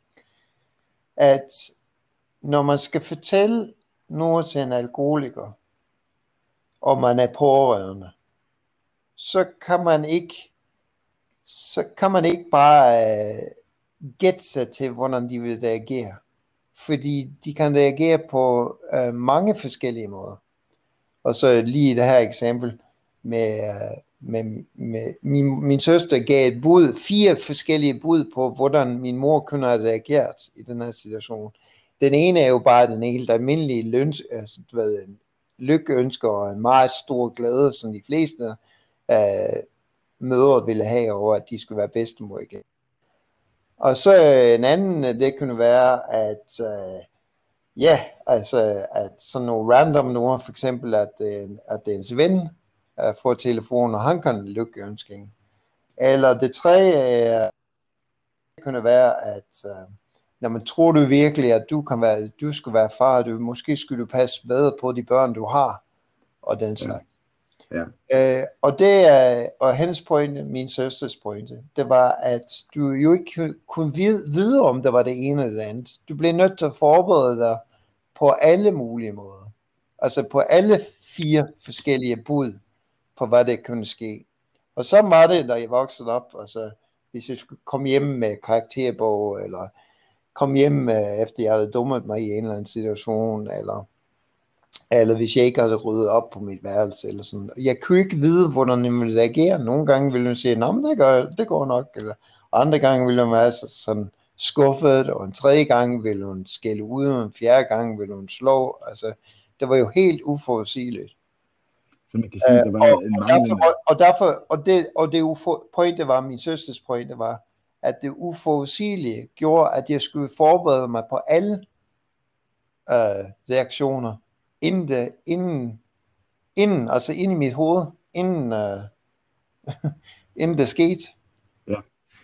at når man skal fortælle noget til en alkoholiker, og man er pårørende, så kan man ikke, så kan man ikke bare uh, gætte sig til, hvordan de vil reagere. Fordi de kan reagere på uh, mange forskellige måder. Og så lige det her eksempel med, uh, med, med min, min søster gav et bud, fire forskellige bud på, hvordan min mor kunne have reageret i den her situation. Den ene er jo bare den helt almindelige løns, altså, hvad, en lykkeønsker og en meget stor glæde, som de fleste uh, mødre ville have over, at de skulle være bedstemor igen. Og så en anden, det kunne være, at uh, ja, altså, at sådan nogle random noget, for eksempel, at, at det er ens ven, uh, får telefon, og han kan lykkeønske. Eller det tredje, uh, det kunne være, at uh, når man tror du virkelig, at du kan være, du skulle være far, du måske skulle du passe bedre på de børn, du har, og den slags. Ja. Ja. Uh, og det er, og hendes pointe, min søsters pointe, det var, at du jo ikke kunne vide, vide, om det var det ene eller det andet. Du blev nødt til at forberede dig på alle mulige måder. Altså på alle fire forskellige bud, på hvad det kunne ske. Og så var det, da jeg voksede op, altså hvis jeg skulle komme hjem med karakterbog, eller komme hjem efter jeg havde dummet mig i en eller anden situation, eller, eller hvis jeg ikke havde ryddet op på mit værelse, eller sådan. Jeg kunne ikke vide, hvordan jeg ville reagere. Nogle gange ville hun sige, nå, men det, gør, det går nok, eller andre gange ville hun være sådan skuffet, og en tredje gang ville hun skælde ud, og en fjerde gang ville hun slå. Altså, det var jo helt uforudsigeligt. Så man kan sige, der var og, en og derfor, og, og derfor, og det, og det ufo, pointe var, min søsters pointe var, at det uforudsigelige gjorde, at jeg skulle forberede mig på alle øh, reaktioner, inden, det, inden, inden, altså inde i mit hoved, inden, øh, inden det skete. Ja,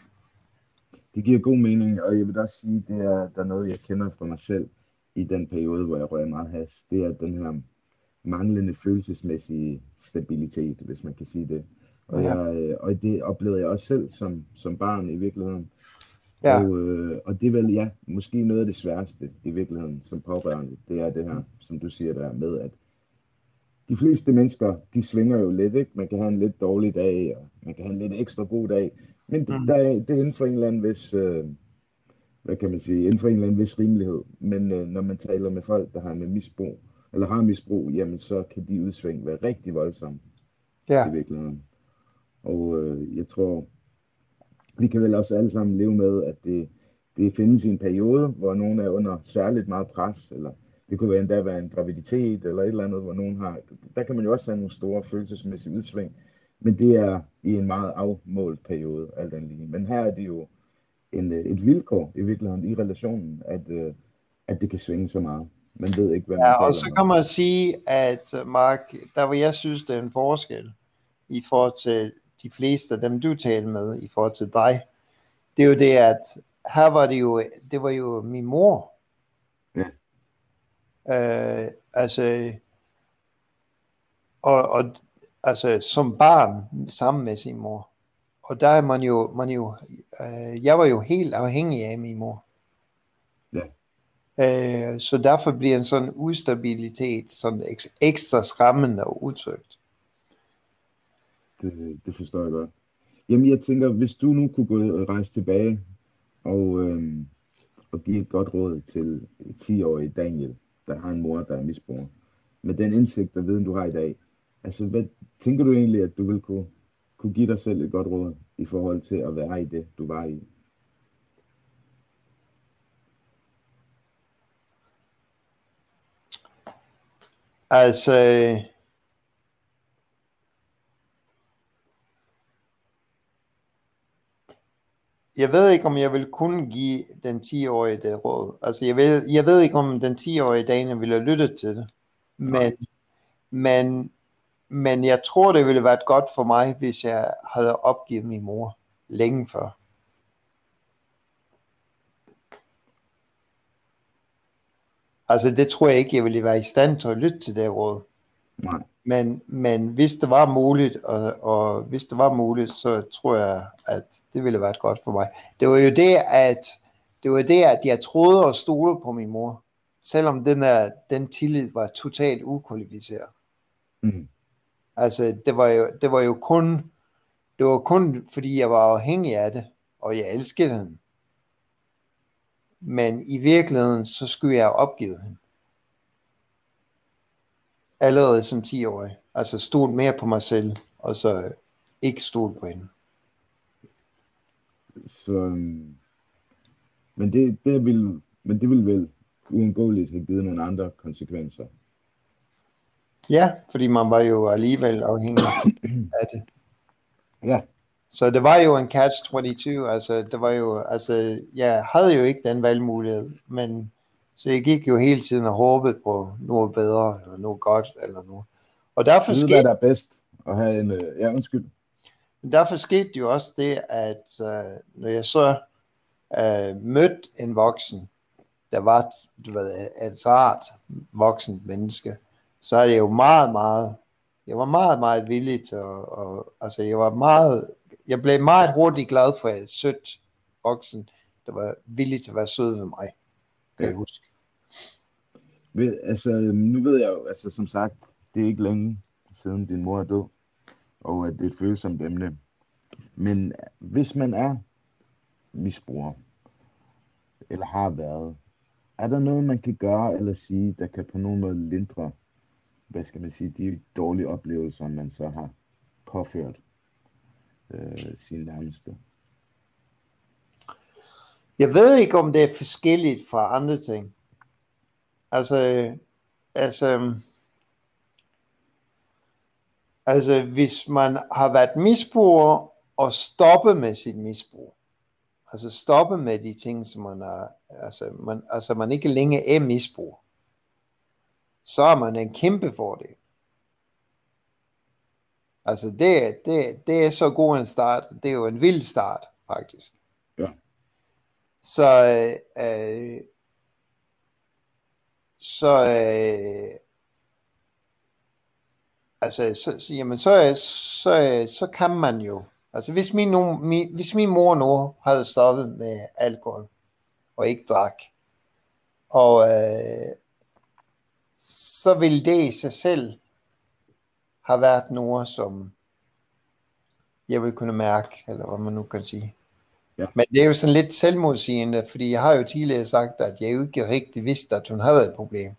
det giver god mening, og jeg vil også sige, det er, der er noget, jeg kender fra mig selv i den periode, hvor jeg rører meget hash. Det er den her manglende følelsesmæssige stabilitet, hvis man kan sige det. Og, Ja. jeg, og det oplevede jeg også selv som, som barn i virkeligheden. Ja. Og, øh, og det er vel, ja, måske noget af det sværeste i virkeligheden som pårørende. Det er det her, som du siger der med, at de fleste mennesker, de svinger jo lidt, ikke? Man kan have en lidt dårlig dag, og man kan have en lidt ekstra god dag. Men det, Mm. der er, det er inden for en eller anden vis, øh, hvad kan man sige, inden for en eller anden vis rimelighed. Men øh, når man taler med folk, der har med misbrug, eller har misbrug, jamen så kan de udsving være rigtig voldsomme Ja. i virkeligheden. Og øh, jeg tror, vi kan vel også alle sammen leve med, at det, det findes i en periode, hvor nogen er under særligt meget pres, eller det kunne være endda være en graviditet, eller et eller andet, hvor nogen har, der kan man jo også have nogle store følelsesmæssige udsving, men det er i en meget afmålt periode, alt andet lige. Men her er det jo en, et vilkår i virkeligheden i relationen, at, at det kan svinge så meget. Man ved ikke, hvad man Ja, taler og så kan man sige, at Mark, der hvor jeg synes, det er en forskel i forhold til de fleste af dem, du taler med, i forhold til dig, det er jo det, at her var det jo, det var jo min mor. Ja. Øh, altså, og, og altså, som barn sammen med sin mor. Og der er man jo, man jo øh, jeg var jo helt afhængig af min mor. Ja. Øh, så derfor bliver en sådan ustabilitet sådan ek- ekstra skræmmende og utrygt. Det, det forstår jeg godt. Jamen jeg tænker, hvis du nu kunne gå rejse tilbage og, øhm, og give et godt råd til ti-årige Daniel, der har en mor, der er misbruger, med den indsigt og viden, du har i dag, altså hvad tænker du egentlig, at du vil kunne, kunne give dig selv et godt råd i forhold til at være i det, du var i? Altså, jeg ved ikke, om jeg vil kunne give den ti-årige det råd. Altså, jeg ved, jeg ved ikke, om den ti-årige Daniel ville have lyttet til det. Men, men, men jeg tror, det ville have været godt for mig, hvis jeg havde opgivet min mor længe før. Altså, det tror jeg ikke, jeg ville være i stand til at lytte til det råd. Nej. Men, men hvis det var muligt, og, og hvis det var muligt, så tror jeg, at det ville være godt for mig. Det var jo det, at, det var det, at jeg troede og stolede på min mor, selvom den, er, den tillid var totalt ukvalificeret. Mm. Altså, det var jo, det var jo kun, det var kun, fordi jeg var afhængig af det, og jeg elskede hende. Men i virkeligheden, så skulle jeg have opgivet hende. Allerede som ti-årig. Altså stole mere på mig selv, og så ikke stole på hende. Så, øhm, men, det, det vil, men det vil vel uundgåeligt have givet nogle andre konsekvenser. Ja, fordi man var jo alligevel afhængig af det. Ja. Så det var jo en catch twenty-two, altså det var jo, altså jeg havde jo ikke den valgmulighed, men så jeg gik jo hele tiden og håbede på noget bedre, eller noget godt, eller noget. Og derfor Du ved, skete, hvad der er bedst at have en, øh, ja, undskyld. derfor skete jo også det, at uh, når jeg så uh, mødte en voksen, der var, du ved, et rart voksen menneske, så er jeg jo meget, meget, jeg var meget, meget villig til at, og, altså jeg var meget, jeg blev meget hurtigt glad for et sødt voksen, der var villig til at være sød ved mig, kan Ja. jeg huske. Ved, altså, nu ved jeg jo, altså som sagt, det er ikke længe siden din mor er død. og at det er et følsomt emne. Men hvis man er misbruger, eller har været, er der noget, man kan gøre eller sige, der kan på nogen måde lindre, hvad skal man sige, de dårlige oplevelser, man så har påført øh, sine nærmeste? Jeg ved ikke, om det er forskelligt fra andre ting. Altså, altså, altså hvis man har været misbruger og stoppe med sit misbrug, altså stoppe med de ting, som man er, altså man, altså man ikke længere er misbruger, så er man en kæmpe fordel. Altså det, det, det er så god en start, det er jo en vild start, faktisk. Ja. Så, øh, så, øh, altså, så, så, jamen, så, så, så kan man jo, altså hvis min, nu, min, hvis min mor nu havde stoppet med alkohol, og ikke drak, og øh, så ville det i sig selv have været noget, som jeg ville kunne mærke, eller hvad man nu kan sige. Ja. Men det er jo sådan lidt selvmodsigende, fordi jeg har jo tidligere sagt, at jeg jo ikke rigtig vidste, at hun havde et problem.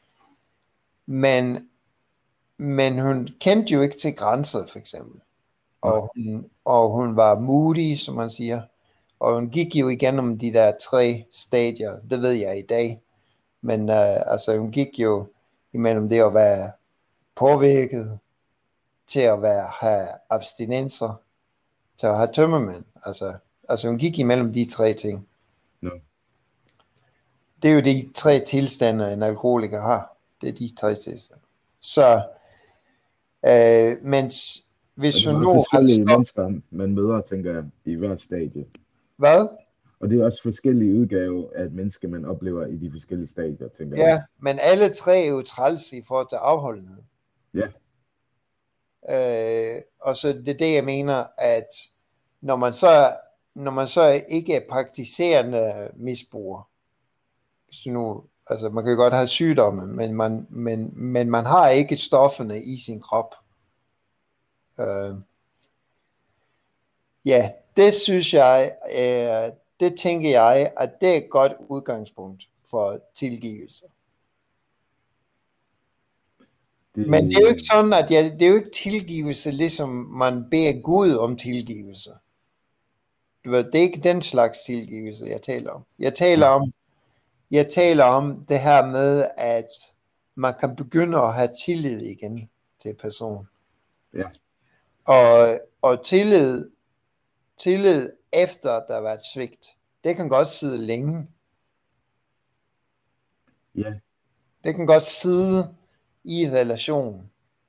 Men, men hun kendte jo ikke til grænser, for eksempel. Og hun, og hun var moody, som man siger. Og hun gik jo igennem de der tre stadier, det ved jeg i dag. Men uh, altså, hun gik jo imellem det at være påvirket, til at være, have abstinenser, til at have tømmermænd. Altså, altså hun gik imellem de tre ting. No. Det er jo de tre tilstande, en alkoholiker har. Det er de tre tilstande. Så, øh, mens hvis hun nu har forskellige stop... mennesker, man møder, tænker jeg, i hver stadie. Hvad? Og det er også forskellige udgaver af et menneske, man oplever i de forskellige stadier, tænker Ja, jeg. men alle tre er jo træls i forhold til afholdenhed. Ja. Øh, og så det er det, jeg mener, at når man så, når man så ikke er praktiserende misbruger, hvis du nu, altså man kan jo godt have sygdomme, men man, men, men man har ikke stofferne i sin krop. Øh, ja, det synes jeg, øh, det tænker jeg, at det er et godt udgangspunkt for tilgivelse. Det... Men det er jo ikke sådan, at jeg, det er jo ikke tilgivelse, ligesom man beder Gud om tilgivelse. Du ved, det er ikke den slags tilgivelse, jeg taler om. Jeg taler om, jeg taler om det her med, at man kan begynde at have tillid igen til personen. Ja. Og, og tillid, tillid efter, der har været svigt, det kan godt sidde længe. Ja. Det kan godt sidde i en relation.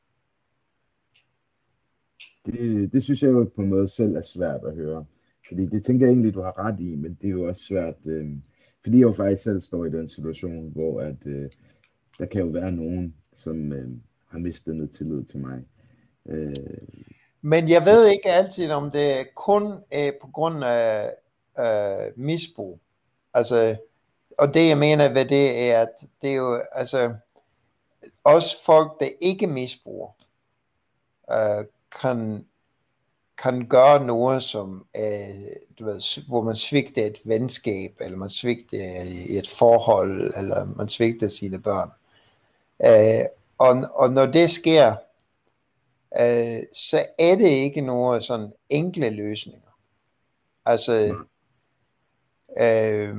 Det, det synes jeg jo på en måde selv er svært at høre. Fordi det tænker jeg egentlig, du har ret i, men det er jo også svært, øh, fordi jeg jo faktisk selv står i den situation, hvor at, øh, der kan jo være nogen, som øh, har mistet noget tillid til mig. Øh, Men jeg ved ikke altid, om det kun er på grund af øh, misbrug. Altså, og det jeg mener ved det er, at det er jo, altså, også folk, der ikke misbruger, øh, kan, kan gøre noget, som, øh, du ved, hvor man svigter et venskab, eller man svigter et forhold, eller man svigter sine børn. Øh, og, og når det sker, øh, så er det ikke noget sådan enkle løsninger. Altså, øh,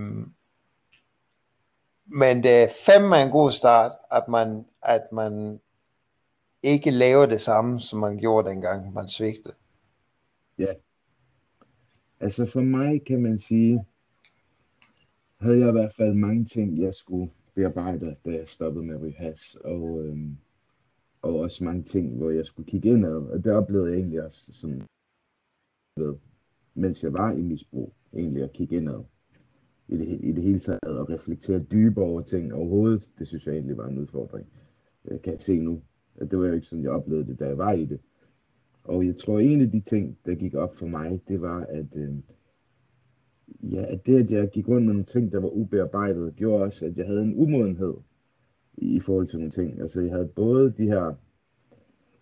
men det er fandme en god start, at man, at man ikke laver det samme, som man gjorde dengang, man svigtede. Ja. Altså for mig kan man sige, havde jeg i hvert fald mange ting, jeg skulle bearbejde, da jeg stoppede med rehash, og, øhm, og også mange ting, hvor jeg skulle kigge indad, og det oplevede jeg egentlig også, sådan, ved, mens jeg var i misbrug, egentlig at kigge indad i det, i det hele taget, og reflektere dybere over ting overhovedet. Det synes jeg egentlig var en udfordring. Jeg kan se nu, at det var jo ikke sådan, jeg oplevede det, da jeg var i det. Og jeg tror, en af de ting, der gik op for mig, det var, at, øh, ja, at det, at jeg gik rundt med nogle ting, der var ubearbejdet, gjorde også, at jeg havde en umodenhed i, i forhold til nogle ting. Altså, jeg havde både de her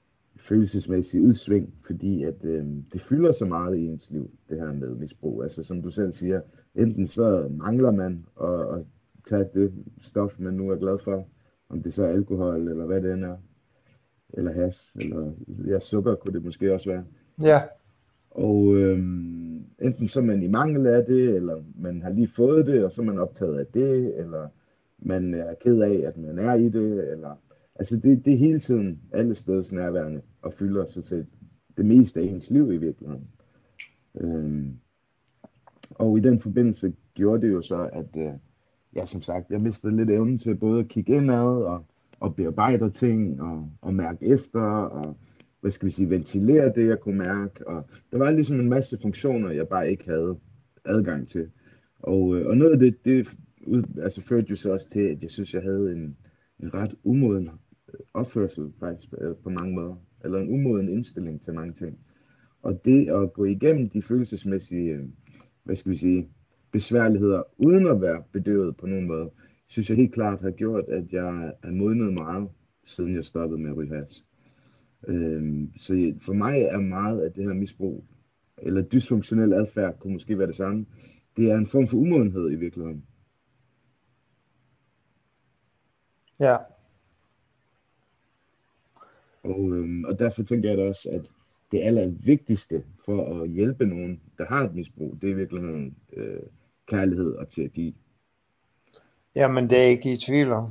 følelsesmæssige udsving, fordi at øh, det fylder så meget i ens liv, det her med misbrug. Altså som du selv siger, enten så mangler man at, at tage det stof, man nu er glad for, om det så er alkohol, eller hvad det end er, eller hash, eller ja, sukker kunne det måske også være. Ja. Og øhm, enten så er man i mangel af det, eller man har lige fået det, og så er man optaget af det, eller man er ked af, at man er i det, eller altså det, det er hele tiden alle steds nærværende, og fylder så til det meste af ens liv i virkeligheden. Øhm, og i den forbindelse gjorde det jo så, at øh, ja, som sagt, jeg mistede lidt evnen til både at kigge indad, og, og bearbejde ting, og, og mærke efter, og hvad skal vi sige, ventilere det, jeg kunne mærke, og der var ligesom en masse funktioner, jeg bare ikke havde adgang til. Og, øh, og noget af det, det altså, førte jo så også til, at jeg synes, jeg havde en, en ret umoden opførsel faktisk på mange måder, eller en umoden indstilling til mange ting. Og det at gå igennem de følelsesmæssige, hvad skal vi sige, besværligheder, uden at være bedøvet på nogen måde, synes jeg helt klart har gjort, at jeg er modnet meget, siden jeg stoppede med at ryge hash. Øhm, så for mig er meget af det her misbrug, eller dysfunktionel adfærd, kunne måske være det samme, det er en form for umodenhed i virkeligheden. Ja. Og, øhm, og derfor tænker jeg da også, at det allervigtigste for at hjælpe nogen, der har et misbrug, det er i virkeligheden øh, kærlighed og terapi. Jamen, det er ikke i tvivl om.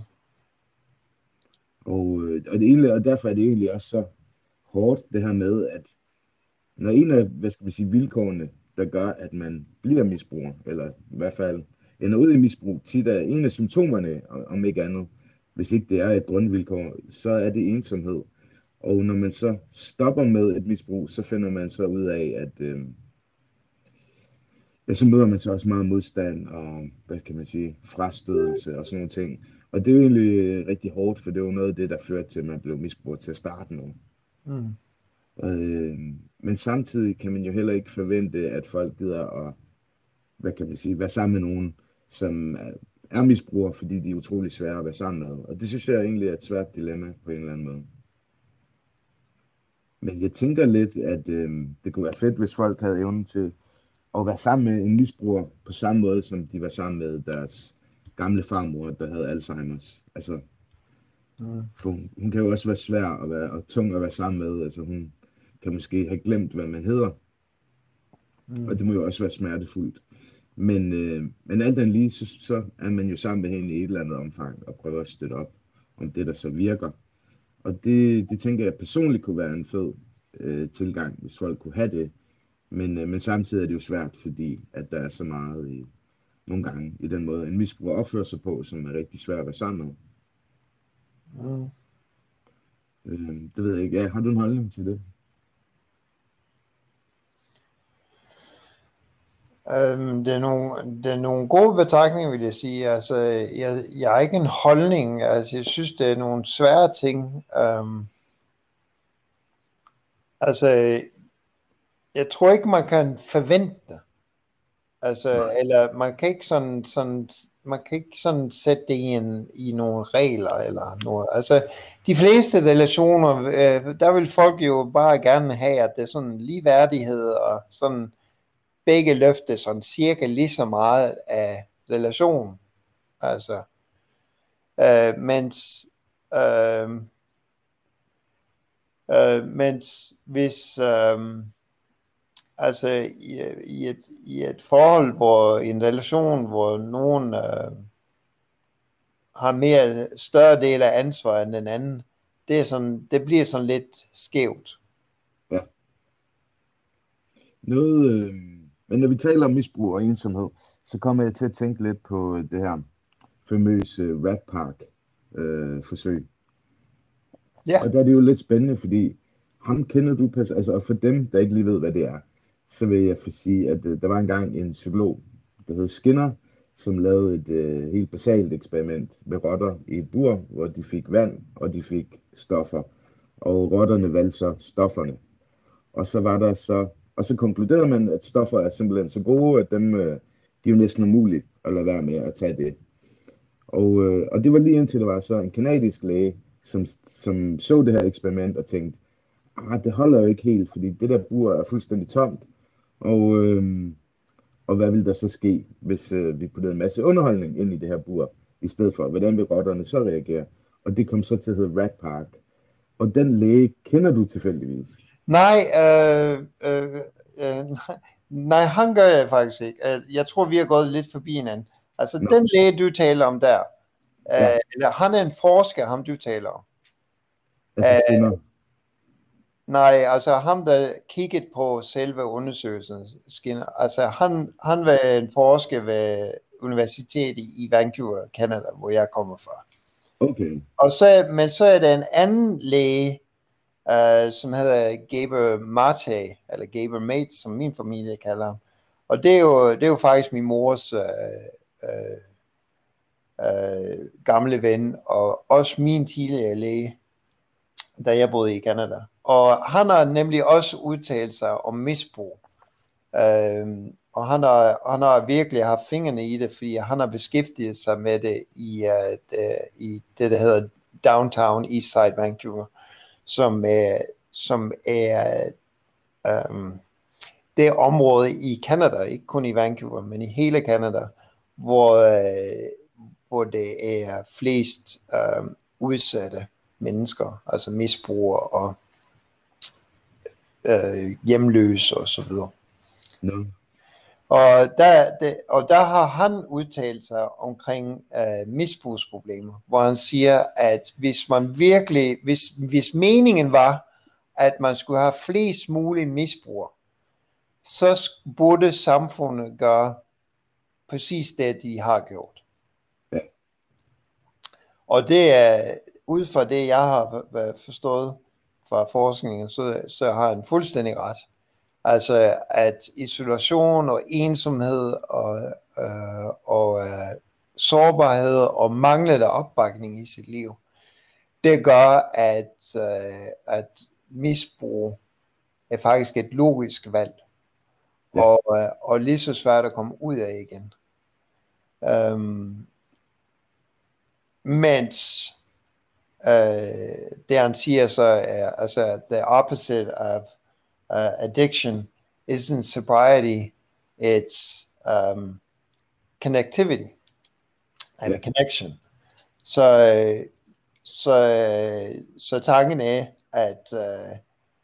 Og, øh, og, det egentlig, og derfor er det egentlig også så hårdt, det her med, at når en af, hvad skal vi sige, vilkårene, der gør, at man bliver misbruger, eller i hvert fald ender ud i misbrug, tit er en af symptomerne, om ikke andet, hvis ikke det er et grundvilkår, så er det ensomhed. Og når man så stopper med et misbrug, så finder man så ud af, at øh, ja, så møder man så også meget modstand og, hvad kan man sige, frastødelse og sådan nogle ting. Og det er jo egentlig rigtig hårdt, for det er jo noget af det, der førte til, at man blev misbrugt til at starte med. Mm. Øh, men samtidig kan man jo heller ikke forvente, at folk gider at, hvad kan man sige, være sammen med nogen, som er misbrugere, fordi de er utrolig svære at være sammen med. Og det synes jeg egentlig er et svært dilemma på en eller anden måde. Men jeg tænker lidt, at øh, det kunne være fedt, hvis folk havde evnen til at være sammen med en misbruger på samme måde, som de var sammen med deres gamle farmor, der havde Alzheimer's. Altså, mm. hun, hun kan jo også være svær at være, og tung at være sammen med. Altså, hun kan måske have glemt, hvad man hedder. Mm. Og det må jo også være smertefuldt. Men, øh, men alt andet lige, så, så er man jo sammen med hende i et eller andet omfang, og prøver at støtte op om det, der så virker. Og det, det tænker jeg personligt kunne være en fed øh, tilgang, hvis folk kunne have det. Men, øh, men samtidig er det jo svært, fordi at der er så meget i, nogle gange i den måde, en misbruger opfører sig på, som er rigtig svært at være sammen med. Mm. Øh, det ved jeg ikke. Ja, har du en holdning til det? Um, det, er nogle, det er nogle gode betragtninger, vil jeg sige. Altså, jeg, jeg har ikke en holdning. Altså, jeg synes, det er nogle svære ting. Um, altså, jeg tror ikke, man kan forvente det. Altså, eller man kan ikke sådan, sådan, man kan ikke sådan sætte det i, en, i nogle regler eller noget. Altså, de fleste relationer, øh, der vil folk jo bare gerne have, at det er sådan ligeværdighed og sådan begge løfte sådan cirka lige så meget af relationen. Altså, øh, mens, øh, øh, mens hvis, øh, altså i, i, et, i et forhold, hvor i en relation, hvor nogen øh, har mere større del af ansvar end den anden, det, er sådan, det bliver sådan lidt skævt. Ja. Noget... Øh... Men når vi taler om misbrug og ensomhed, så kommer jeg til at tænke lidt på det her famøse Rat Park øh, forsøg. Ja. Og der er det jo lidt spændende, fordi ham kender du, altså, og for dem, der ikke lige ved, hvad det er, så vil jeg få sige, at øh, der var engang en psykolog, der hed Skinner, som lavede et øh, helt basalt eksperiment med rotter i et bur, hvor de fik vand, og de fik stoffer. Og rotterne valgte så stofferne. Og så var der så Og så konkluderede man, at stoffer er simpelthen så gode, at dem, de er jo næsten umuligt at lade være med at tage det. Og, og det var lige indtil der var så en kanadisk læge, som, som så det her eksperiment og tænkte, ah, det holder jo ikke helt, fordi det der bur er fuldstændig tomt. Og, øhm, og hvad vil der så ske, hvis øh, vi putter en masse underholdning ind i det her bur, i stedet for, hvordan vil rotterne så reagere? Og det kom så til at hedde Rat Park. Og den læge kender du tilfældigvis? Nej, øh, øh, øh, nej, han gør jeg faktisk ikke. Jeg tror, vi har gået lidt forbi hinanden. Altså, Nå. den læge, du taler om der, Ja. øh, eller han er en forsker, ham du taler om. Altså Øh, skinner. nej, altså ham, der kiggede på selve undersøgelsen, skinner, altså han, han var en forsker ved universitetet i Vancouver, Canada, hvor jeg kommer fra. Okay. Og så, men så er der en anden læge, Uh, som hedder Gaber Mate, eller Gaber Mate, som min familie kalder ham. Og det er jo, det er jo faktisk min mors uh, uh, uh, gamle ven, og også min tidligere læge, da jeg boede i Canada. Og han har nemlig også udtalt sig om misbrug. Uh, og han har, han har virkelig haft fingrene i det, fordi han har beskæftiget sig med det i, uh, det, i det, der hedder Downtown Eastside Vancouver, som er, som er um, det område i Canada, ikke kun i Vancouver, men i hele Canada, hvor, uh, hvor det er flest um, udsatte mennesker, altså misbrugere og uh, hjemløse og så videre. No. Og der, det, og der har han udtalt sig omkring uh, misbrugsproblemer, hvor han siger, at hvis man virkelig, hvis, hvis meningen var, at man skulle have flest mulige misbrugere, så burde samfundet gøre præcis det, de har gjort. Ja. Og det er, ud fra det, jeg har forstået fra forskningen, så, så har han fuldstændig ret. Altså at isolation og ensomhed og, øh, og øh, sårbarhed og manglende opbakning i sit liv, det gør, at, øh, at misbrug er faktisk et logisk valg, ja. og, øh, og lige så svært at komme ud af igen. Um, mens øh, det han siger så er, altså the opposite of Uh, addiction isn't sobriety, it's um, connectivity and yeah. connection. Så, så, så tanken er, at, uh,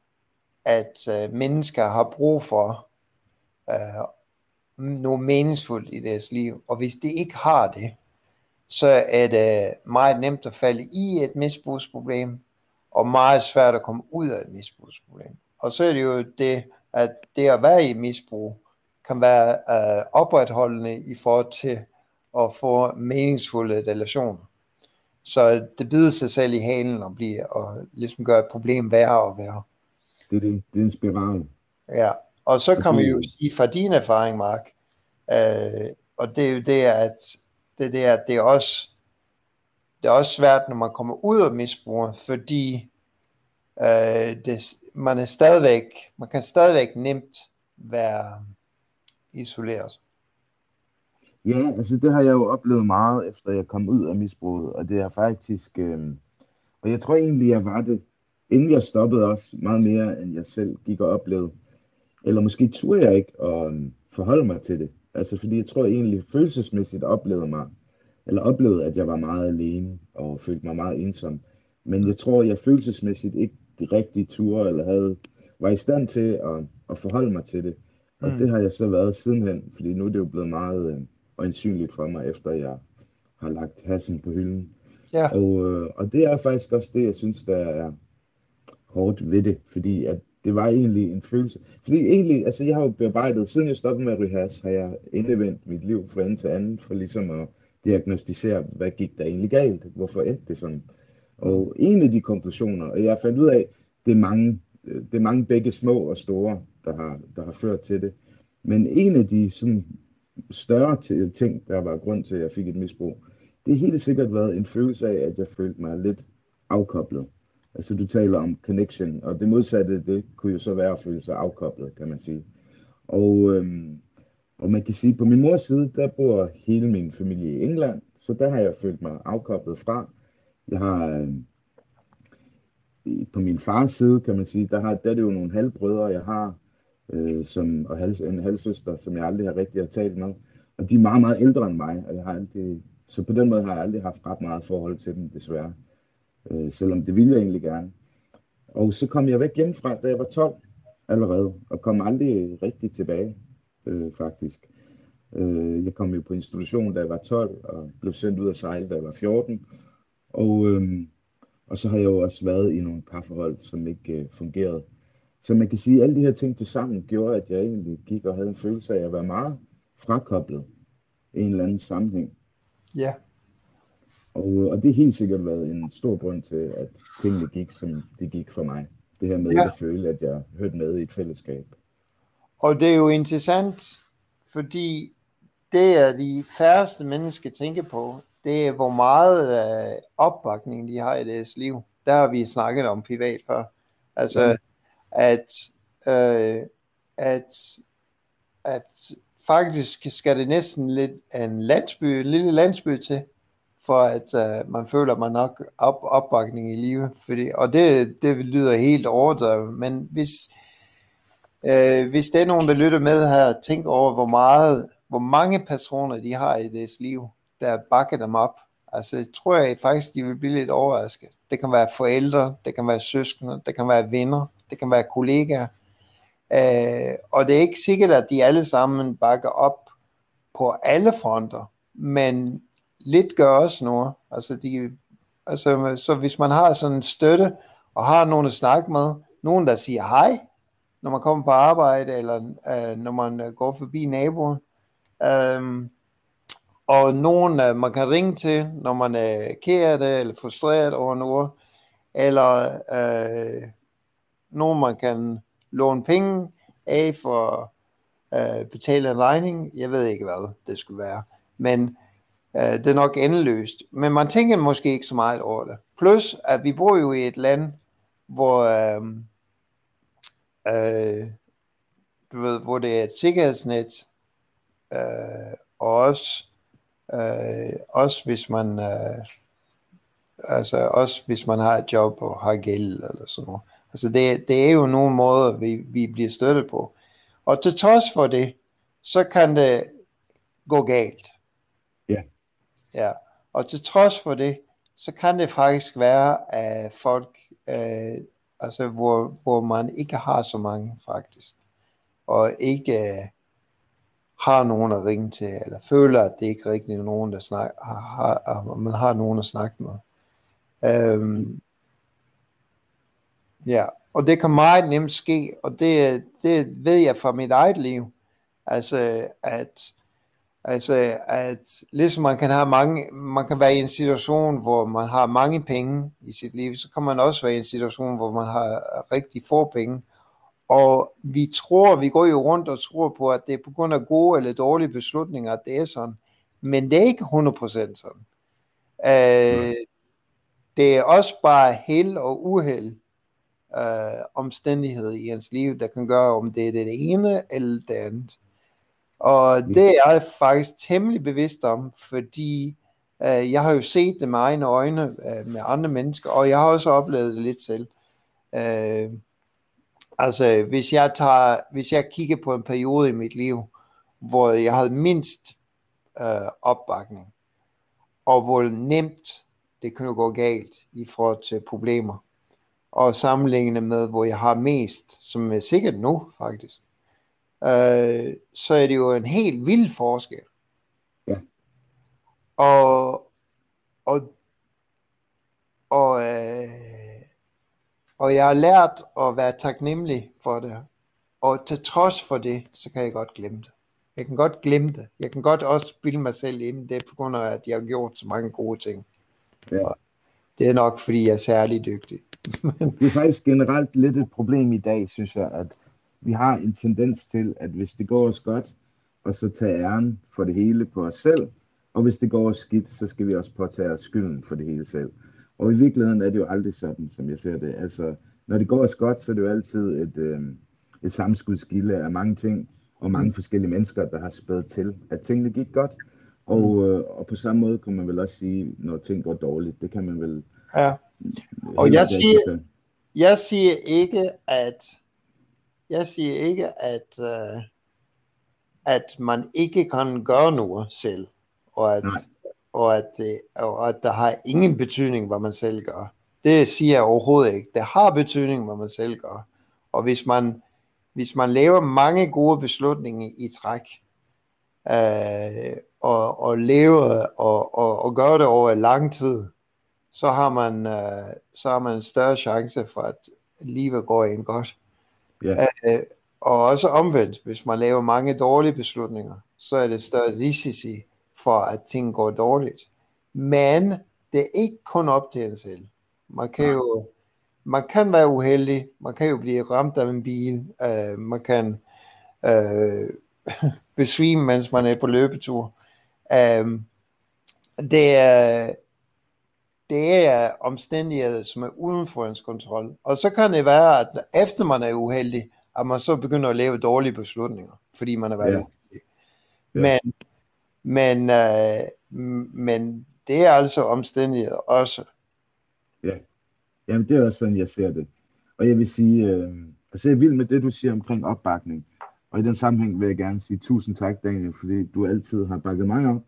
at uh, mennesker har brug for uh, noget meningsfuldt i deres liv, og hvis de ikke har det, så er det meget nemt at falde i et misbrugsproblem, og meget svært at komme ud af et misbrugsproblem. Og så er det jo det, at det at være i misbrug kan være uh, opretholdende i forhold til at få meningsfulde relationer. Så det bider sig selv i halen og bliver og ligesom gør et problem værre og værre. Det er, det, det er en spiral. Ja, og så kan vi jo sige fra din erfaring, Mark, uh, og det er jo det, at det, det, at det er også det er også svært, når man kommer ud af misbrug, fordi uh, det man er stadigvæk, man kan stadigvæk nemt være isoleret. Ja, altså det har jeg jo oplevet meget, efter jeg kom ud af misbruget, og det er faktisk, øh, og jeg tror egentlig, jeg var det, inden jeg stoppede også, meget mere, end jeg selv gik og oplevede. Eller måske turde jeg ikke at øh, forholde mig til det. Altså fordi jeg tror egentlig følelsesmæssigt oplevede mig, eller oplevede, at jeg var meget alene, og følte mig meget ensom. Men jeg tror, jeg følelsesmæssigt ikke de rigtige ture, eller havde, var i stand til at, at forholde mig til det. Og mm. det har jeg så været sidenhen, fordi nu er det jo blevet meget øh, øjensynligt for mig, efter jeg har lagt hassen på hylden. Ja. Og, øh, og det er faktisk også det, jeg synes, der er hårdt ved det, fordi at det var egentlig en følelse. Fordi egentlig, altså jeg har jo bearbejdet, siden jeg stoppede med at ryge hash, har jeg endevendt mit liv fra ende til anden, for ligesom at diagnostisere, hvad gik der egentlig galt, hvorfor endte det sådan. Og en af de konklusioner, og jeg fandt ud af, det er mange, det er mange begge små og store, der har, der har ført til det. Men en af de sådan, større ting, der var grund til, at jeg fik et misbrug, det har helt sikkert været en følelse af, at jeg følte mig lidt afkoblet. Altså du taler om connection, og det modsatte, det kunne jo så være at føle sig afkoblet, kan man sige. Og, øhm, og man kan sige, på min mors side, der bor hele min familie i England, så der har jeg følt mig afkoblet fra. Jeg har, på min fars side, kan man sige, der, har, der er det jo nogle halvbrødre, jeg har, øh, som, og halv, en halvsøster, som jeg aldrig har rigtig har talt med. Og de er meget, meget ældre end mig, og jeg har aldrig, så på den måde har jeg aldrig haft ret meget forhold til dem, desværre. Øh, selvom det ville jeg egentlig gerne. Og så kom jeg væk hjemmefra, da jeg var tolv allerede, og kom aldrig rigtig tilbage, øh, faktisk. Øh, jeg kom jo på institution, da jeg var tolv, og blev sendt ud at sejle, da jeg var fjorten. Og, øh, og så har jeg jo også været i nogle parforhold, som ikke øh, fungerede. Så man kan sige, at alle de her ting til sammen gjorde, at jeg egentlig gik og havde en følelse af at være meget frakoblet i en eller anden sammenhæng. Ja. Og, og det har helt sikkert været en stor grund til, at tingene gik, som det gik for mig. Det her med ja. At føle, at jeg hørte med i et fællesskab. Og det er jo interessant, fordi det er de færreste mennesker tænker på, det er hvor meget øh, opbakning de har i deres liv. Der har vi snakket om privat før. Altså, ja. at, øh, at, at faktisk skal det næsten lidt en landsby, en lille landsby til, for at uh, man føler, at man har op, opbakning i livet. Fordi, og det, det lyder helt overdrevet, men hvis, øh, hvis der er nogen, der lytter med her, tænk over, hvor meget, hvor mange personer de har i deres liv, der bakker dem op. Altså, jeg tror jeg faktisk, de vil blive lidt overrasket. Det kan være forældre, det kan være søskende, det kan være venner, det kan være kollegaer. Øh, og det er ikke sikkert, at de alle sammen bakker op på alle fronter, men lidt gør også noget. Altså, de, altså, så hvis man har sådan en støtte, og har nogen at snakke med, nogen der siger hej, når man kommer på arbejde, eller øh, når man øh, går forbi naboen, øh, og nogen øh, man kan ringe til, når man er ked af det, eller frustreret over noget, eller øh, nogen man kan låne penge af for at øh, betale en regning. Jeg ved ikke, hvad det skulle være, men Uh, det er nok endeløst, men man tænker måske ikke så meget over det. Plus, at vi bor jo i et land, hvor, uh, uh, du ved, hvor det er et sikkerhedsnet, uh, og også, uh, også hvis man, uh, altså også hvis man har et job og har gæld eller sådan noget. Altså det, det er jo nogle måder, vi, vi bliver støttet på. Og til trods for det, så kan det gå galt. Ja, og til trods for det, så kan det faktisk være, at folk, øh, altså hvor, hvor man ikke har så mange faktisk, og ikke øh, har nogen at ringe til, eller føler, at det ikke rigtig er nogen, der snakker, har, har, man har nogen at snakke med. Øhm, ja, og det kan meget nemt ske, og det, det ved jeg fra mit eget liv, altså at Altså, at ligesom man kan have mange, man kan være i en situation, hvor man har mange penge i sit liv, så kan man også være i en situation, hvor man har rigtig få penge. Og vi tror, vi går jo rundt og tror på, at det er på grund af gode eller dårlige beslutninger, at det er sådan. Men det er ikke hundrede procent sådan. Øh, det er også bare held og uheld øh, omstændighed i ens liv, der kan gøre, om det er det ene eller det andet. Og det er jeg faktisk temmelig bevidst om, fordi øh, jeg har jo set det med egne øjne øh, med andre mennesker, og jeg har også oplevet det lidt selv. Øh, altså, hvis jeg, tager, hvis jeg kigger på en periode i mit liv, hvor jeg havde mindst øh, opbakning, og hvor nemt det kunne gå galt i forhold til problemer, og sammenlignende med, hvor jeg har mest, som er sikkert nu faktisk, Øh, så er det jo en helt vild forskel. Ja. Og og og, øh, og jeg har lært at være taknemmelig for det. Og til trods for det, så kan jeg godt glemme det. Jeg kan godt glemme det. Jeg kan godt også spille mig selv ind det, på grund af, at jeg har gjort så mange gode ting. Ja. Og det er nok, fordi jeg er særlig dygtig. Det er faktisk generelt lidt et problem i dag, synes jeg, at vi har en tendens til, at hvis det går os godt, og så tage æren for det hele på os selv, og hvis det går os skidt, så skal vi også påtage os skylden for det hele selv. Og i virkeligheden er det jo aldrig sådan, som jeg ser det. Altså, når det går os godt, så er det jo altid et, øh, et sammenskudskilde af mange ting, og mange forskellige mennesker, der har spædet til, at tingene gik godt. Og, øh, og på samme måde kan man vel også sige, når ting går dårligt, det kan man vel... Ja, og jeg siger, jeg siger ikke, at jeg siger ikke, at, uh, at man ikke kan gøre noget selv, og at, og at, og at der har ingen betydning, hvad man selv gør. Det siger jeg overhovedet ikke. Det har betydning, hvad man selv gør. Og hvis man, hvis man laver mange gode beslutninger i træk, øh, og, og lever og, og, og gør det over lang tid, så har man, øh, så har man en større chance for, at livet går ind godt. Ja. Øh, og også omvendt, hvis man laver mange dårlige beslutninger, så er det større risici for, at ting går dårligt. Men det er ikke kun op til en selv. Man kan jo man kan være uheldig, man kan jo blive ramt af en bil, øh, man kan øh, besvime, mens man er på løbetur. Øh, det er det er omstændigheder, som er uden for ens kontrol. Og så kan det være, at efter man er uheldig, at man så begynder at lave dårlige beslutninger, fordi man er været Ja. uheldig. Ja. Men, men, øh, men det er altså omstændigheder også. Ja, jamen det er også sådan, jeg ser det. Og jeg vil sige, øh, altså jeg er vild med det, du siger omkring opbakning. Og i den sammenhæng vil jeg gerne sige tusind tak, Daniel, fordi du altid har bakket mig op.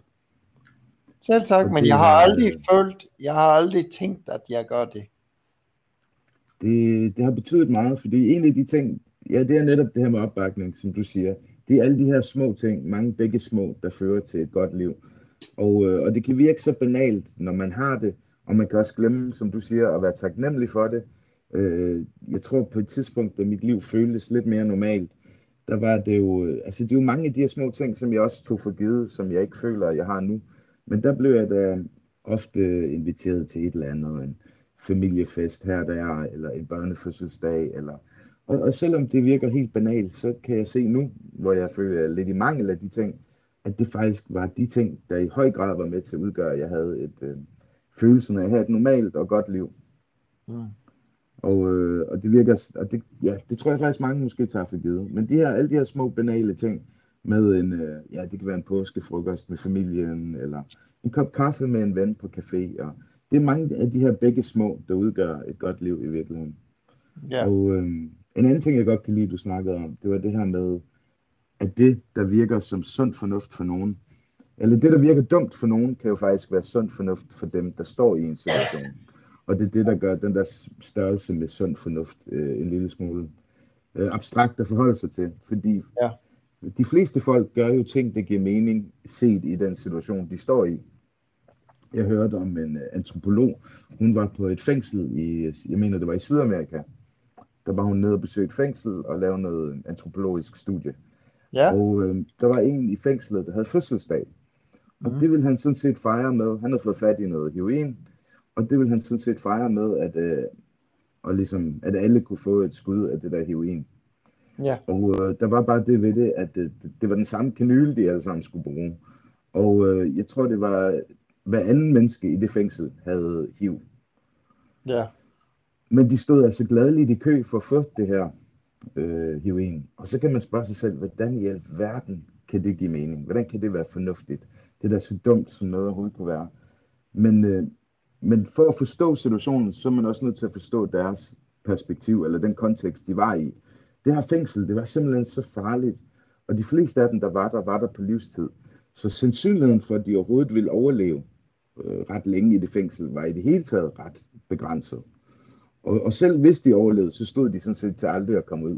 Selv tak, Og men det jeg har er- aldrig følt, jeg har aldrig tænkt, at jeg gør det. Det, det har betydet meget, fordi en af de ting, ja, det er netop det her med opbakning, som du siger. Det er alle de her små ting, mange begge små, der fører til et godt liv. Og, øh, og det kan virke så banalt, når man har det, og man kan også glemme, som du siger, at være taknemmelig for det. Øh, jeg tror på et tidspunkt, da mit liv føltes lidt mere normalt, der var det jo, øh, altså det er jo mange af de her små ting, som jeg også tog for givet, som jeg ikke føler, at jeg har nu. Men der blev jeg da ofte inviteret til et eller andet, en familiefest her der, eller en børnefødselsdag, eller og, og selvom det virker helt banalt, så kan jeg se nu, hvor jeg føler lidt i mangel af de ting, at det faktisk var de ting, der i høj grad var med til at udgøre, at jeg havde et øh, følelsen af at have et normalt og godt liv. Mm. Og, øh, og det virker, og det, ja, det tror jeg faktisk mange måske tager for givet. Men de her, alle de her små banale ting med en, øh, ja, det kan være en påskefrokost med familien, eller en kop kaffe med en ven på café, og det er mange af de her begge små, der udgør et godt liv i virkeligheden. Ja. Og øh, en anden ting, jeg godt kan lide, du snakkede om, det var det her med, at det, der virker som sund fornuft for nogen, eller det, der virker dumt for nogen, kan jo faktisk være sund fornuft for dem, der står i en situation. Og det er det, der gør den der størrelse med sund fornuft øh, en lille smule øh, abstrakt at forholde sig til. Fordi Ja. de fleste folk gør jo ting, der giver mening set i den situation, de står i. Jeg hørte om en uh, antropolog. Hun var på et fængsel i, jeg mener det var i Sydamerika. Der var hun nede og besøgte et fængsel og lavede noget antropologisk studie. Ja. Og øh, der var en i fængslet, der havde fødselsdag. Og Mhm. det ville han sådan set fejre med. Han havde fået fat i noget heroin. Og det ville han sådan set fejre med, at, øh, og ligesom, at alle kunne få et skud af det der heroin. Ja. Og øh, der var bare det ved det, at øh, det var den samme kanyle, de alle sammen skulle bruge. Og øh, jeg tror, det var hver anden menneske i det fængsel havde H I V. Ja. Men de stod altså gladeligt i kø for at få det her øh, heroin. Og så kan man spørge sig selv, hvordan i alverden kan det give mening? Hvordan kan det være fornuftigt? Det er da så dumt, som noget overhovedet kunne være. Men, øh, men for at forstå situationen, så er man også nødt til at forstå deres perspektiv, eller den kontekst, de var i. Det her fængsel, det var simpelthen så farligt. Og de fleste af dem, der var der, var der på livstid. Så sandsynligheden for, at de overhovedet ville overleve øh, ret længe i det fængsel, var i det hele taget ret begrænset. Og, og selv hvis de overlevede, så stod de sådan set til aldrig at komme ud.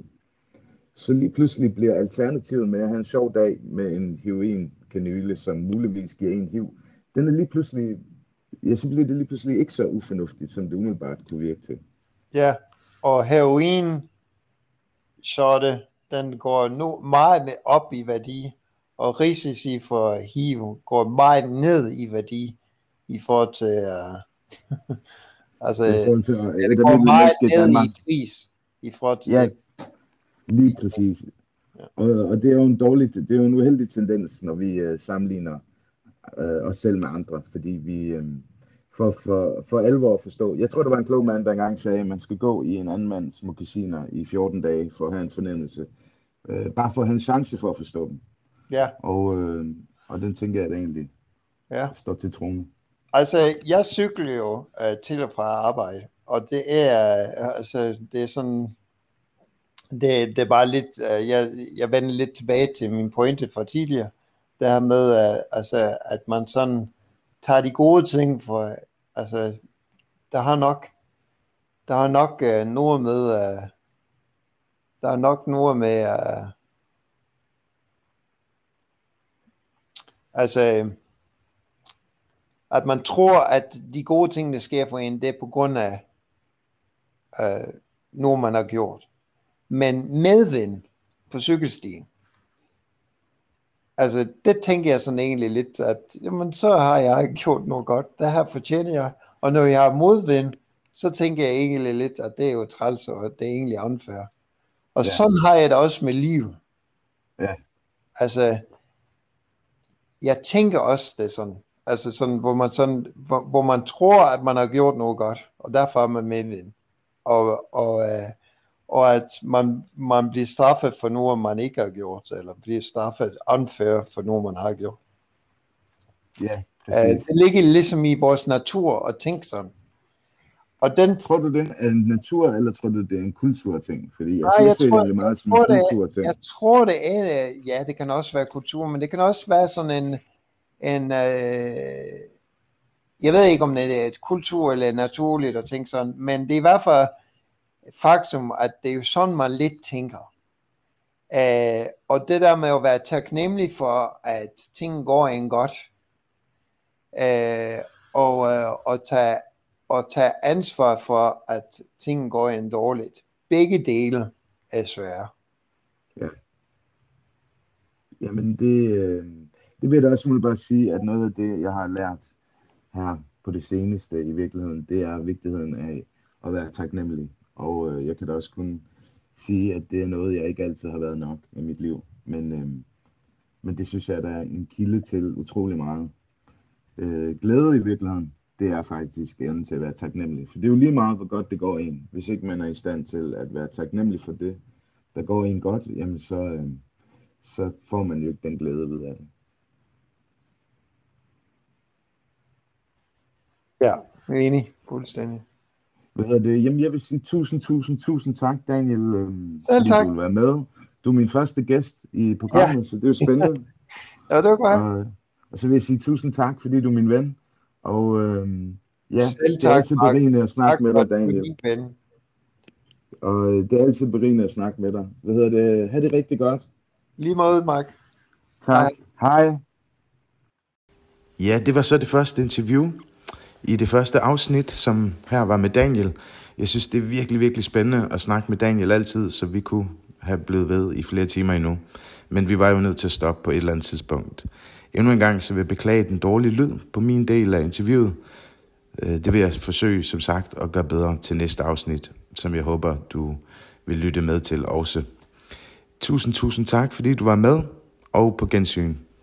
Så lige pludselig bliver alternativet med at have en sjov dag med en heroin-kanyle, som muligvis giver en H I V, den er lige pludselig, ja, så bliver det lige pludselig ikke så ufornuftigt, som det umiddelbart kunne virke til. Ja. Og heroin, så det, den går nu meget med op i værdi, og risici for H I V går meget ned i værdi i forhold til, uh, altså, I forhold til, ja, at det et går almindeligt meget menneske i ned Danmark. i pris i forhold til Ja, det. lige præcis. Ja. Og, og det er jo en dårlig, det er jo en uheldig tendens, når vi uh, sammenligner uh, os selv med andre, fordi vi um, for, for, for alvor at forstå. Jeg tror, der var en klog mand, der engang sagde, at man skal gå i en anden mands mokassiner i fjorten dage for at have en fornemmelse. Uh, bare for at have en chance for at forstå dem. Ja. Og, uh, og den tænker jeg, at det egentlig Ja. står til troende. Altså, jeg cykler jo uh, til og fra arbejde, og det er, altså, det er sådan, det, det er bare lidt, uh, jeg, jeg vender lidt tilbage til min pointe fra tidligere, det her med, uh, altså, at man sådan tager de gode ting for, altså, der har nok, der har nok uh, noget med, uh, der er nok noget med, uh, altså, at man tror, at de gode ting, der sker for en, det er på grund af uh, noget, man har gjort. Men medvind på cykelstien, altså det tænker jeg sådan egentlig lidt, at jamen, så har jeg gjort noget godt, det her fortjener jeg, og når jeg har modvind, så tænker jeg egentlig lidt, at det er jo træls, og det er egentlig unfair. Og ja. Sådan har jeg det også med livet. Ja. Altså, jeg tænker også det sådan, altså sådan, hvor man sådan, hvor, hvor man tror, at man har gjort noget godt, og derfor er man medvind. Og, og, øh, og at man, man bliver straffet for noget, man ikke har gjort, eller bliver straffet unfair for noget, man har gjort. Ja, uh, det ligger ligesom i vores natur at tænke sådan. Og den... Tror du, det er en natur, eller tror du, det er en kulturting? Fordi jeg, Nej, jeg, tror, det meget jeg, som tror, en det kulturting. er, jeg tror, det er, ja, det kan også være kultur, men det kan også være sådan en, en øh, jeg ved ikke, om det er et kultur eller naturligt at tænke sådan, men det er i hvert fald faktum, at det er jo sådan, man lidt tænker. Uh, og det der med at være taknemmelig for, at ting går en godt, uh, og, uh, og, tage, og tage ansvar for, at ting går en dårligt. Begge dele er svære. Ja. Jamen det, det vil jeg da også bare sige, at noget af det, jeg har lært her på det seneste i virkeligheden, det er vigtigheden af at være taknemmelig. Og øh, jeg kan da også kun sige, at det er noget, jeg ikke altid har været nok i mit liv. Men, øh, men det synes jeg, der er en kilde til utrolig meget. Øh, glæde i virkeligheden, det er faktisk evnen til at være taknemmelig. For det er jo lige meget, hvor godt det går en. Hvis ikke man er i stand til at være taknemmelig for det, der går en godt, jamen så, øh, så får man jo ikke den glæde ved af det. Ja, jeg er enig. Fuldstændig. Hvad hedder det? Jamen, jeg vil sige tusind, tusind, tusind tak, Daniel, øhm, Selv tak. fordi du vil være med. Du er min første gæst i programmet, ja. Så det er jo spændende. Ja, det var godt. Og, og så vil jeg sige tusind tak, fordi du er min ven. Og øhm, ja, Selv det er altid berigende at snakke tak, med dig, Daniel. Ven. Og det er altid berigende at snakke med dig. Hvad hedder det? Ha' det rigtig godt. Lige måde, Mark. Tak. Hej. Hej. Ja, det var så det første interview i det første afsnit, som her var med Daniel. Jeg synes, det er virkelig, virkelig spændende at snakke med Daniel altid, så vi kunne have blevet ved i flere timer endnu. Men vi var jo nødt til at stoppe på et eller andet tidspunkt. Endnu en gang så vil jeg beklage den dårlige lyd på min del af interviewet. Det vil jeg forsøge, som sagt, at gøre bedre til næste afsnit, som jeg håber, du vil lytte med til også. Tusind, tusind tak, fordi du var med, og på gensyn.